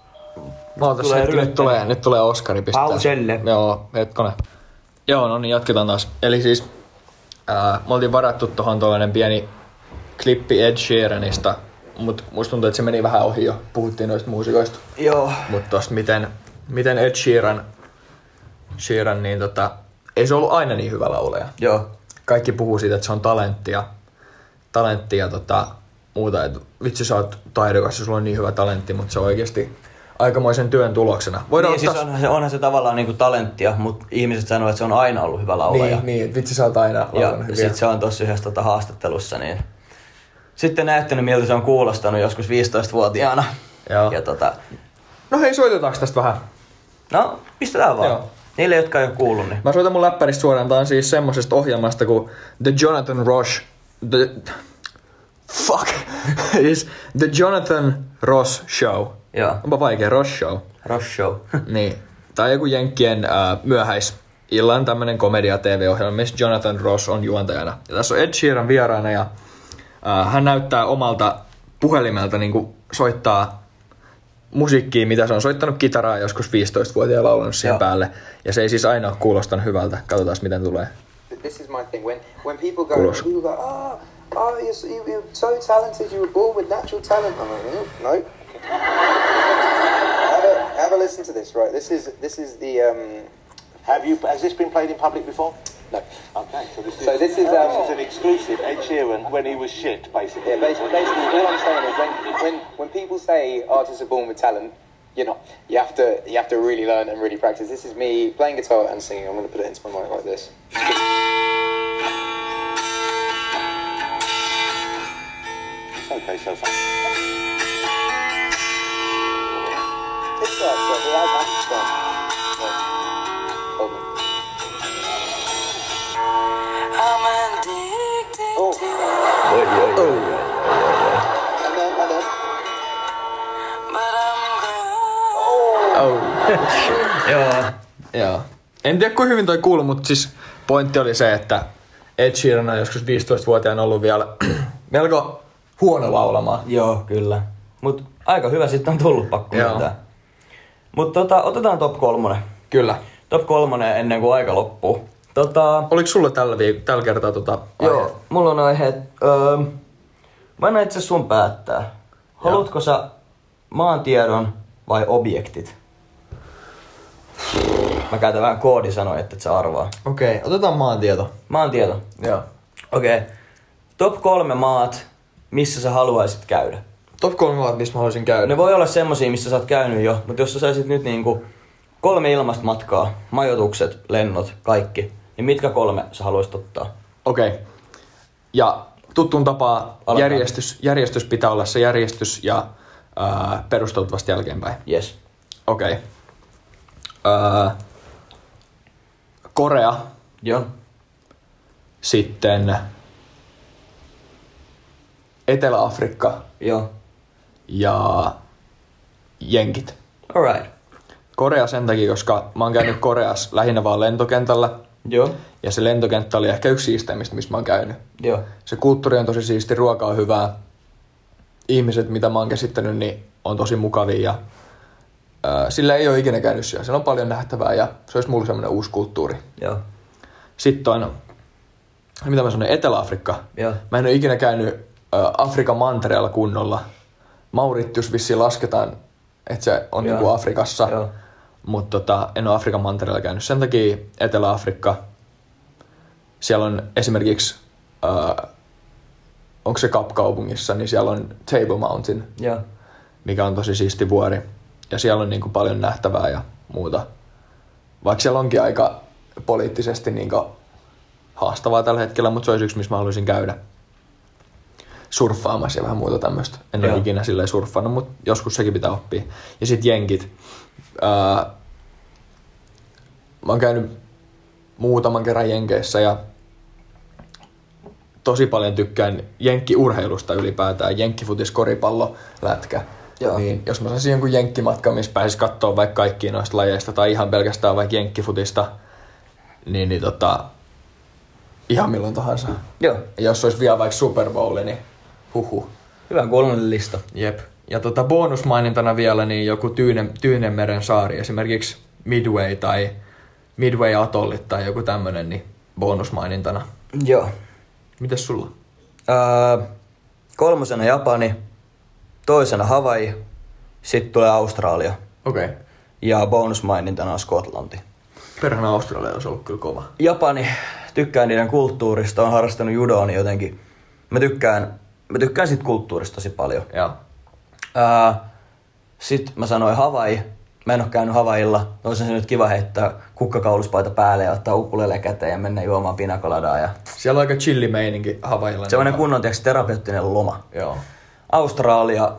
Speaker 2: nyt tulee Oskari pistää.
Speaker 1: Pauselle.
Speaker 2: Joo, hetkonen. Joo, no niin, jatketaan taas. Eli siis me oltiin varattu tohon tollanen pieni klippi Ed Sheeranista, mut musta tuntuu, että se meni vähän ohi jo. Puhuttiin noista muusikoista.
Speaker 1: Joo.
Speaker 2: Mut tosta miten Ed Sheeran niin ei se ollut aina niin hyvä laulaja.
Speaker 1: Joo.
Speaker 2: Kaikki puhuu siitä, että se on talenttia muuta, että vitsi sä oot taidokas ja sulla on niin hyvä talentti, mutta se on oikeesti aikamoisen työn tuloksena.
Speaker 1: Niin, siis onhan se tavallaan talenttia, mutta ihmiset sanoo, että se on aina ollut hyvä laulaja.
Speaker 2: Niin, vitsi sä oot aina laulanut hyviä.
Speaker 1: Ja sit se on tossa yhdessä haastattelussa, niin sitten näyttänyt, miltä se on kuulostanut joskus 15-vuotiaana.
Speaker 2: Joo.
Speaker 1: Ja
Speaker 2: No hei, soitetaanko tästä vähän?
Speaker 1: no, pistetään vaan.
Speaker 2: Joo.
Speaker 1: Niille, jotka ei ole kuullut, niin...
Speaker 2: Mä soitan mun läppäristä suoraan. Tää on siis semmosesta ohjelmasta kuin The Jonathan Ross Show.
Speaker 1: Joo.
Speaker 2: Onpa vaikea, Ross Show.
Speaker 1: Ross Show.
Speaker 2: Niin. Tää on joku jenkkien myöhäisillan tämmönen komedia-tv-ohjelma, missä Jonathan Ross on juontajana. Ja tässä on Ed Sheeran vieraana ja hän näyttää omalta puhelimelta niinku soittaa musiikkia, mitä se on soittanut kitaraa joskus 15-vuotiaana laulanut siihen päälle. Ja se ei siis aina ole kuulostanut hyvältä. Katsotaan miten tulee.
Speaker 3: This is my thing. When people go, you're so talented, you were born with natural talent. I'm like, no. Have a listen to this, right? This is the.
Speaker 4: Has this been played in public before?
Speaker 3: No.
Speaker 4: Okay, so this is an exclusive. Ed Sheeran when he was shit, basically.
Speaker 3: Yeah, basically, all I'm saying is when people say artists are born with talent, you're not. You have to really learn and really practice. This is me playing guitar and singing. I'm going to put it into my mic like this.
Speaker 4: It's okay so far.
Speaker 3: It's like so. We have that stuff. Hold on. Oh. And then.
Speaker 2: Oh.
Speaker 1: Joo.
Speaker 2: Joo. En tiedä kuinka hyvin toi kuuluu, mutta siis pointti oli se, että Ed Sheeran on joskus 15-vuotiaana ollut vielä melko huono laulamaan.
Speaker 1: Joo, kyllä. Mut aika hyvä sitten on tullut, pakko myöntää. Mut otetaan top 3.
Speaker 2: Kyllä.
Speaker 1: Top 3 ennen kuin aika loppuu.
Speaker 2: Oliko sulla tällä kertaa
Speaker 1: Joo, mulla on aiheet. Mä annan itse sun päättää. Haluatko sä maantiedon vai objektit? Mä käytän vähän koodisanoja, että et sä arvaa.
Speaker 2: Okei, otetaan maantieto.
Speaker 1: Maantieto?
Speaker 2: Joo.
Speaker 1: Okei. Top 3 maat, missä sä haluaisit käydä.
Speaker 2: Top 3 maat, missä mä haluaisin käydä.
Speaker 1: Ne voi olla semmosia, missä sä oot käynyt jo, mutta jos sä saisit nyt niinku 3 ilmasta matkaa, majoitukset, lennot, kaikki, niin mitkä 3 sä haluaisit ottaa?
Speaker 2: Okei. Ja tuttuun tapaa järjestys pitää olla se järjestys ja perustelut vasta jälkeenpäin.
Speaker 1: Yes.
Speaker 2: Okei. Korea.
Speaker 1: Joo.
Speaker 2: Sitten Etelä-Afrikka.
Speaker 1: Joo.
Speaker 2: Ja Jenkit.
Speaker 1: Alright.
Speaker 2: Korea sen takia, koska mä oon käynyt Koreassa lähinnä vaan lentokentällä.
Speaker 1: Joo.
Speaker 2: Ja se lentokenttä oli ehkä yksi siisteimmistä, missä mä oon käynyt.
Speaker 1: Joo.
Speaker 2: Se kulttuuri on tosi siisti, ruoka on hyvää. Ihmiset, mitä mä oon käsittänyt, niin on tosi mukavia. Ja sillä ei ole ikinä käynyt siellä. Siellä on paljon nähtävää ja se olisi mulle semmoinen uusi kulttuuri.
Speaker 1: Joo.
Speaker 2: Sitten on, mitä mä sanoin, Etelä-Afrikka.
Speaker 1: Joo.
Speaker 2: Mä en ole ikinä käynyt Afrikan mantereella kunnolla. Mauritius vissiin lasketaan, että se on niinku Afrikassa.
Speaker 1: Joo.
Speaker 2: Mutta en ole Afrikan mantereella käynyt. Sen takia Etelä-Afrikka. Siellä on esimerkiksi, onko se Kap-kaupungissa, niin siellä on Table Mountain,
Speaker 1: Joo.
Speaker 2: mikä on tosi siisti vuori. Ja siellä on niinku paljon nähtävää ja muuta. Vaikka siellä onkin aika poliittisesti niinku haastavaa tällä hetkellä, mutta se olisi yksi, missä mä haluaisin käydä surffaamassa ja vähän muuta tämmöistä. En ole ikinä silleen surffannut, mutta joskus sekin pitää oppia. Ja sit Jenkit. Mä oon käynyt muutaman kerran Jenkeissä ja tosi paljon tykkään jenkkiurheilusta ylipäätään. Jenkkifutis, koripallo, lätkä.
Speaker 1: Joo.
Speaker 2: Niin jos mä saisin jonkun jenkkimatkan, missä pääsis katsoa vaikka kaikkia noista lajeista tai ihan pelkästään vaikka jenkkifutista, niin ihan milloin tahansa.
Speaker 1: Joo.
Speaker 2: Ja jos olisi vielä vaikka Super Bowl, niin huhu.
Speaker 1: Hyvä kuulollinen lista.
Speaker 2: Jep. Ja bonusmainintana vielä niin joku Tyynenmeren saari, esimerkiksi Midway tai Midway Atollit tai joku tämmönen, niin bonusmainintana.
Speaker 1: Joo.
Speaker 2: Mites sulla?
Speaker 1: 3. Japani, 2. Hawaii, sitten tulee Australia.
Speaker 2: Okei. Okay.
Speaker 1: Ja bonusmainintana on Skotlanti.
Speaker 2: Perhana Australia olisi ollut kyllä kova.
Speaker 1: Japani, tykkään niiden kulttuurista, on harrastanut judoa, niin jotenkin mä tykkään sit kulttuurista tosi paljon.
Speaker 2: Joo.
Speaker 1: Sitten mä sanoin Hawaii, Mä en oo käynyt Havailla. Olisi se nyt kiva heittää kukkakauluspaita päälle ja ottaa ukulele käteen ja mennä juomaan pinakoladaa. Ja...
Speaker 2: Siellä on aika chilli meininki Havailla.
Speaker 1: Sellainen kunnon terapeuttinen loma.
Speaker 2: Joo.
Speaker 1: Australia.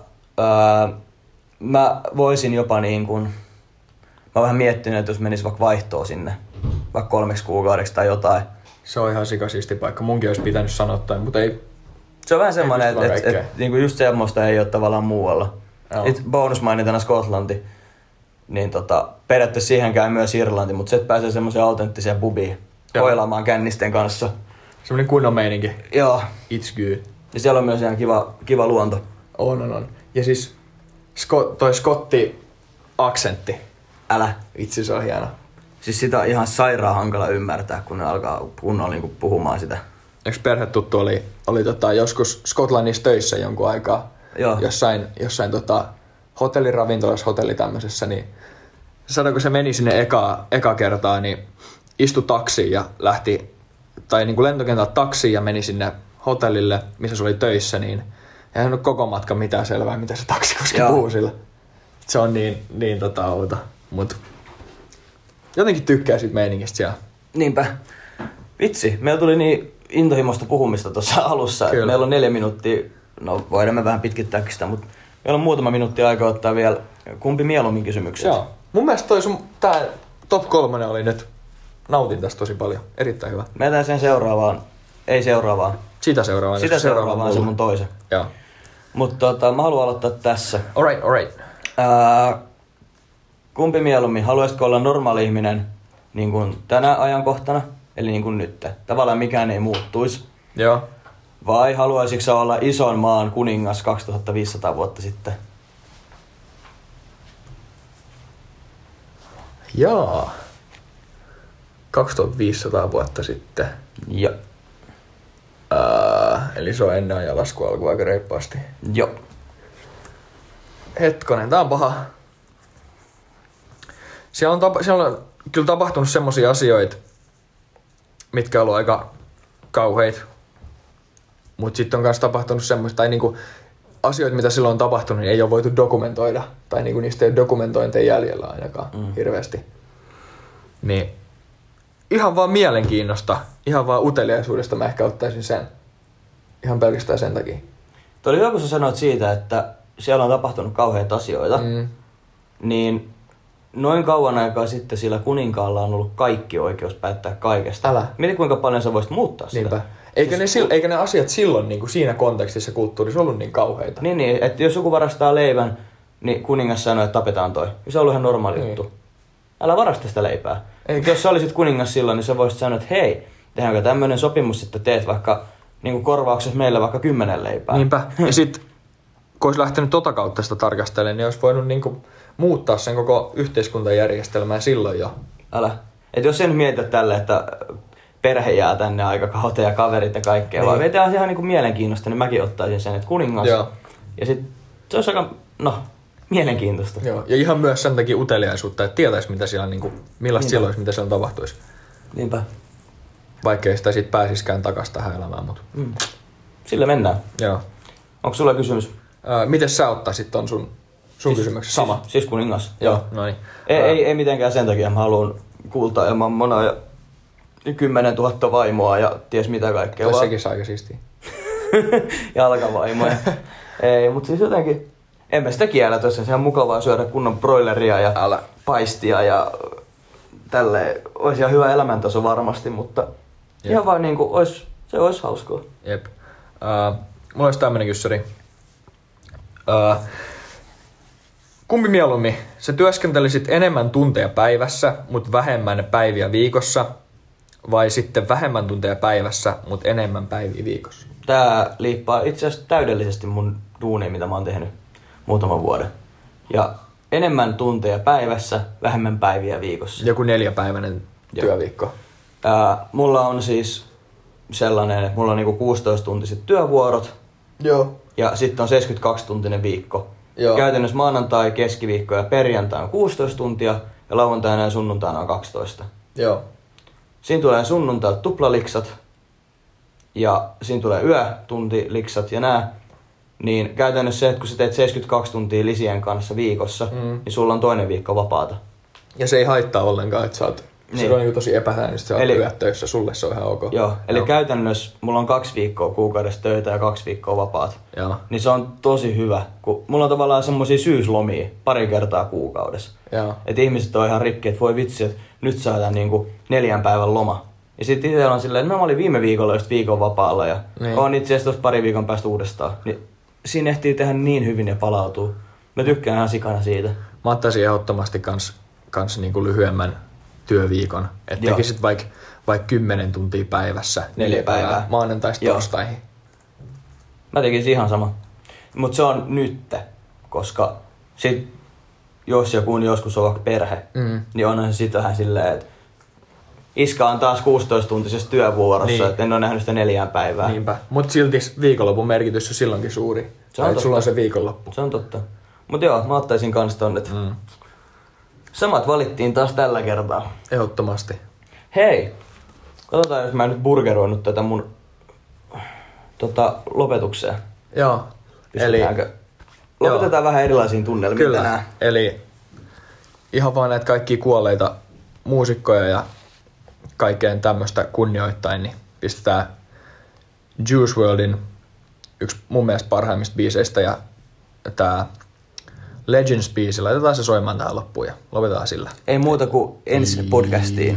Speaker 1: Mä voisin jopa niin kuin... Mä oon vähän miettinyt, että jos menis vaikka vaihtoa sinne. Vaikka 3 kuukaudeksi tai jotain.
Speaker 2: Se on ihan sikasiisti paikka. Munkin olisi pitänyt sanoa toi, mutta ei...
Speaker 1: Se on vähän semmoinen, että niinku just semmoista ei ole tavallaan muualla. Bonusmainintana Skotlanti. Niin periaatteessa siihen käy myös Irlanti, mutta se pääsee semmoiseen autenttiseen pubiin. Hoilaamaan kännisten kanssa.
Speaker 2: Semmoinen kunnon meininki.
Speaker 1: Joo.
Speaker 2: It's good.
Speaker 1: Ja siellä on myös ihan kiva luonto.
Speaker 2: On. Ja siis toi skotti-aksentti.
Speaker 1: Älä.
Speaker 2: Vitsi, se on hieno.
Speaker 1: Siis sitä on ihan sairaan hankala ymmärtää, kun ne alkaa kunnolla niinku puhumaan sitä.
Speaker 2: Yksi perhetuttu oli joskus Skotlannissa töissä jonkun aikaa.
Speaker 1: Joo.
Speaker 2: Jossain hotelliravintolassa, hotelli tämmöisessä, niin sanoi, kun se meni sinne eka kertaa, niin istui taksiin ja lähti, tai niin kuin lentokentältä taksiin ja meni sinne hotellille, missä se oli töissä, niin ei hän ole koko matka mitään selvää, mitä se taksikuski puhuu sillä. Se on niin outo, mutta jotenkin tykkää siitä meiningistä siellä.
Speaker 1: Niinpä. Vitsi, meillä tuli niin intohimoista puhumista tuossa alussa, että meillä on 4 minuuttia, no voidaan me vähän pitkittääkin sitä, mutta meillä on muutama minuutti aikaa ottaa vielä kumpi mieluummin kysymykset.
Speaker 2: Joo. Mun mielestä tää top 3 oli nyt, nautin tästä tosi paljon, erittäin hyvä.
Speaker 1: Mä jätän sen seuraavaan, ei seuraavaan.
Speaker 2: Sitä seuraavaan
Speaker 1: vaan se mun toisen.
Speaker 2: Joo.
Speaker 1: Mutta mä haluan aloittaa tässä.
Speaker 2: Alright.
Speaker 1: Kumpi mieluummin? Haluaisitko olla normaali ihminen niin kuin tänä ajankohtana, eli niin kuin nyt? Tavallaan mikään ei muuttuisi.
Speaker 2: Joo.
Speaker 1: Vai haluaisitko sä olla ison maan kuningas 2500 vuotta sitten?
Speaker 2: Jaa. 2500 vuotta sitten.
Speaker 1: Joo.
Speaker 2: Eli se on ennen ajanlaskua alkua aika reippaasti.
Speaker 1: Joo.
Speaker 2: Hetkonen, tää on paha. Siellä on kyllä tapahtunut semmosia asioita, mitkä on ollut aika kauheita. Mut sitten on myös tapahtunut semmoista, tai niinku asioita, mitä silloin on tapahtunut, niin ei ole voitu dokumentoida. Tai niinku niistä ei ole dokumentointeja jäljellä ainakaan hirveästi. Niin ihan vaan mielenkiinnosta, ihan vaan uteliaisuudesta mä ehkä ottaisin sen. Ihan pelkästään sen takia.
Speaker 1: Tuo oli hyvä, kun sä sanoit siitä, että siellä on tapahtunut kauheita asioita. Niin noin kauan aikaa sitten sillä kuninkaalla on ollut kaikki oikeus päättää kaikesta.
Speaker 2: Älä.
Speaker 1: Mieti kuinka paljon sä voisit muuttaa sitä.
Speaker 2: Niinpä. Eikä ne asiat silloin niin kuin siinä kontekstissa kulttuurissa ollut niin kauheita.
Speaker 1: Niin, että jos joku varastaa leivän, niin kuningas sanoo, että tapetaan toi. Se on ollut ihan normaali juttu. Älä varasta sitä leipää. Jos sä olisit kuningas silloin, niin sä voisit sanoa, että hei, tehdäänkö tämmönen sopimus, että teet vaikka niin korvauksessa meille vaikka 10 leipää.
Speaker 2: Niinpä. Ja sit kun olisi lähtenyt tota kautta sitä tarkastelemaan, niin olisi voinut niin kuin muuttaa sen koko yhteiskuntajärjestelmää silloin jo.
Speaker 1: Älä. Et jos sen mietit tälle, että perhe jää tänne aikakauteen ja kaverit ja kaikkea, vaan vetää ihan niinku mielenkiintoista, niin mäkin ottaisin sen, että kuningas.
Speaker 2: Joo.
Speaker 1: Ja sit se olisi aika, mielenkiintoista.
Speaker 2: Joo. Ja ihan myös sen takia uteliaisuutta, että tietäisi mitä siellä niinku, millaista siellä olisi, mitä siellä tapahtuisi.
Speaker 1: Niinpä.
Speaker 2: Vaikkei sitä sit pääsiskään takas tähän elämään, mutta.
Speaker 1: Sillä mennään.
Speaker 2: Joo.
Speaker 1: Onko sulla kysymys?
Speaker 2: Miten sä ottaisit ton sun kysymyksen? Sama.
Speaker 1: Siis kuningas.
Speaker 2: Joo, noin.
Speaker 1: Ei mitenkään sen takia. Mä haluan kultaa ja mammona ja 10 000 vaimoa ja ties mitä kaikkea.
Speaker 2: Tai sekin saa aika siistiä.
Speaker 1: Jalkavaimoja. Ei, mutta siis jotenkin, enpä sitä kiellä tuossa. Se on mukavaa syödä kunnon broileria ja paistia ja tälleen. Olisi ihan hyvä elämäntaso varmasti, mutta ihan vaan niinku, se olisi hauskaa.
Speaker 2: Jep. Mulla olisi tämmönen kyssäri. Kumpi mieluummin? Sä työskentelisit enemmän tunteja päivässä, mut vähemmän päiviä viikossa, vai sitten vähemmän tunteja päivässä, mut enemmän päiviä viikossa?
Speaker 1: Tää liippaa itse asiassa täydellisesti mun duunia, mitä mä oon tehnyt muutaman vuoden. Ja enemmän tunteja päivässä, vähemmän päiviä viikossa.
Speaker 2: Joku 4-päiväinen työviikko.
Speaker 1: Mulla on siis sellainen, että mulla on niinku 16-tuntiset työvuorot.
Speaker 2: Joo.
Speaker 1: Ja sitten on 72-tuntinen viikko.
Speaker 2: Joo.
Speaker 1: Käytännössä maanantai, keskiviikko ja perjantai on 16 tuntia ja lauantaina ja sunnuntaina on 12.
Speaker 2: Joo.
Speaker 1: Siinä tulee sunnuntailta tuplaliksat ja siinä tulee yötuntiliksat ja nää. niin käytännössä se, että kun sä teet 72 tuntia lisien kanssa viikossa, niin sulla on toinen viikko vapaata.
Speaker 2: Ja se ei haittaa ollenkaan, että sä oot, se on niin tosi epäsäännöllistä, sä oot yöt töissä, sulle se on ihan ok.
Speaker 1: Joo, eli käytännössä mulla on 2 viikkoa kuukaudessa töitä ja 2 viikkoa vapaat.
Speaker 2: Joo.
Speaker 1: Niin se on tosi hyvä, kun mulla on tavallaan semmosia syyslomia pari kertaa kuukaudessa. Että ihmiset on ihan rikki, että voi vitsi, että nyt saadaan niinku 4 päivän loma. Ja sit itsellä on silleen, että mä olin viime viikolla just viikon vapaalla ja oon itse asiassa tossa pari viikon päästä uudestaan. Niin siinä ehtii tehdä niin hyvin ja palautuu. Mä tykkään ihan sikana siitä.
Speaker 2: Mä ottaisin ehdottomasti kans niinku lyhyemmän työviikon. Että tekisit vaikka 10 tuntia päivässä, 4 päivää maanantaista torstaihin.
Speaker 1: Mä tekisin ihan sama. Mut se on nyt, koska sit jos ja kun joskus on vaikka perhe, niin onhan se sit vähän silleen, että iska on taas 16-tuntisessa työvuorossa, että en ole nähnyt sitä 4 päivää.
Speaker 2: Niinpä. Mut silti viikonlopun merkitys on silloinkin suuri. Se on totta. Sulla on se viikonloppu.
Speaker 1: Se on totta. Mut joo, mä ottaisin kans tonne. Samat valittiin taas tällä kertaa.
Speaker 2: Ehdottomasti.
Speaker 1: Hei! Katsotaan, jos mä nyt burgeroinut tätä mun lopetukseen.
Speaker 2: Joo.
Speaker 1: Lopetetaan vähän erilaisiin tunnelmiin
Speaker 2: Kyllä.
Speaker 1: tänään.
Speaker 2: Eli ihan vaan näitä kaikkia kuolleita muusikkoja ja kaikkeen tämmöistä kunnioittain, niin pistetään Juice WRLDin yksi mun mielestä parhaimmista biiseistä ja tää Legends-biisi. Laitetaan se soimaan tähän loppuun ja lopetetaan sillä.
Speaker 1: Ei muuta kuin ensi podcastiin.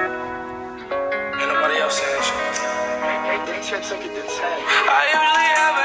Speaker 5: I usually have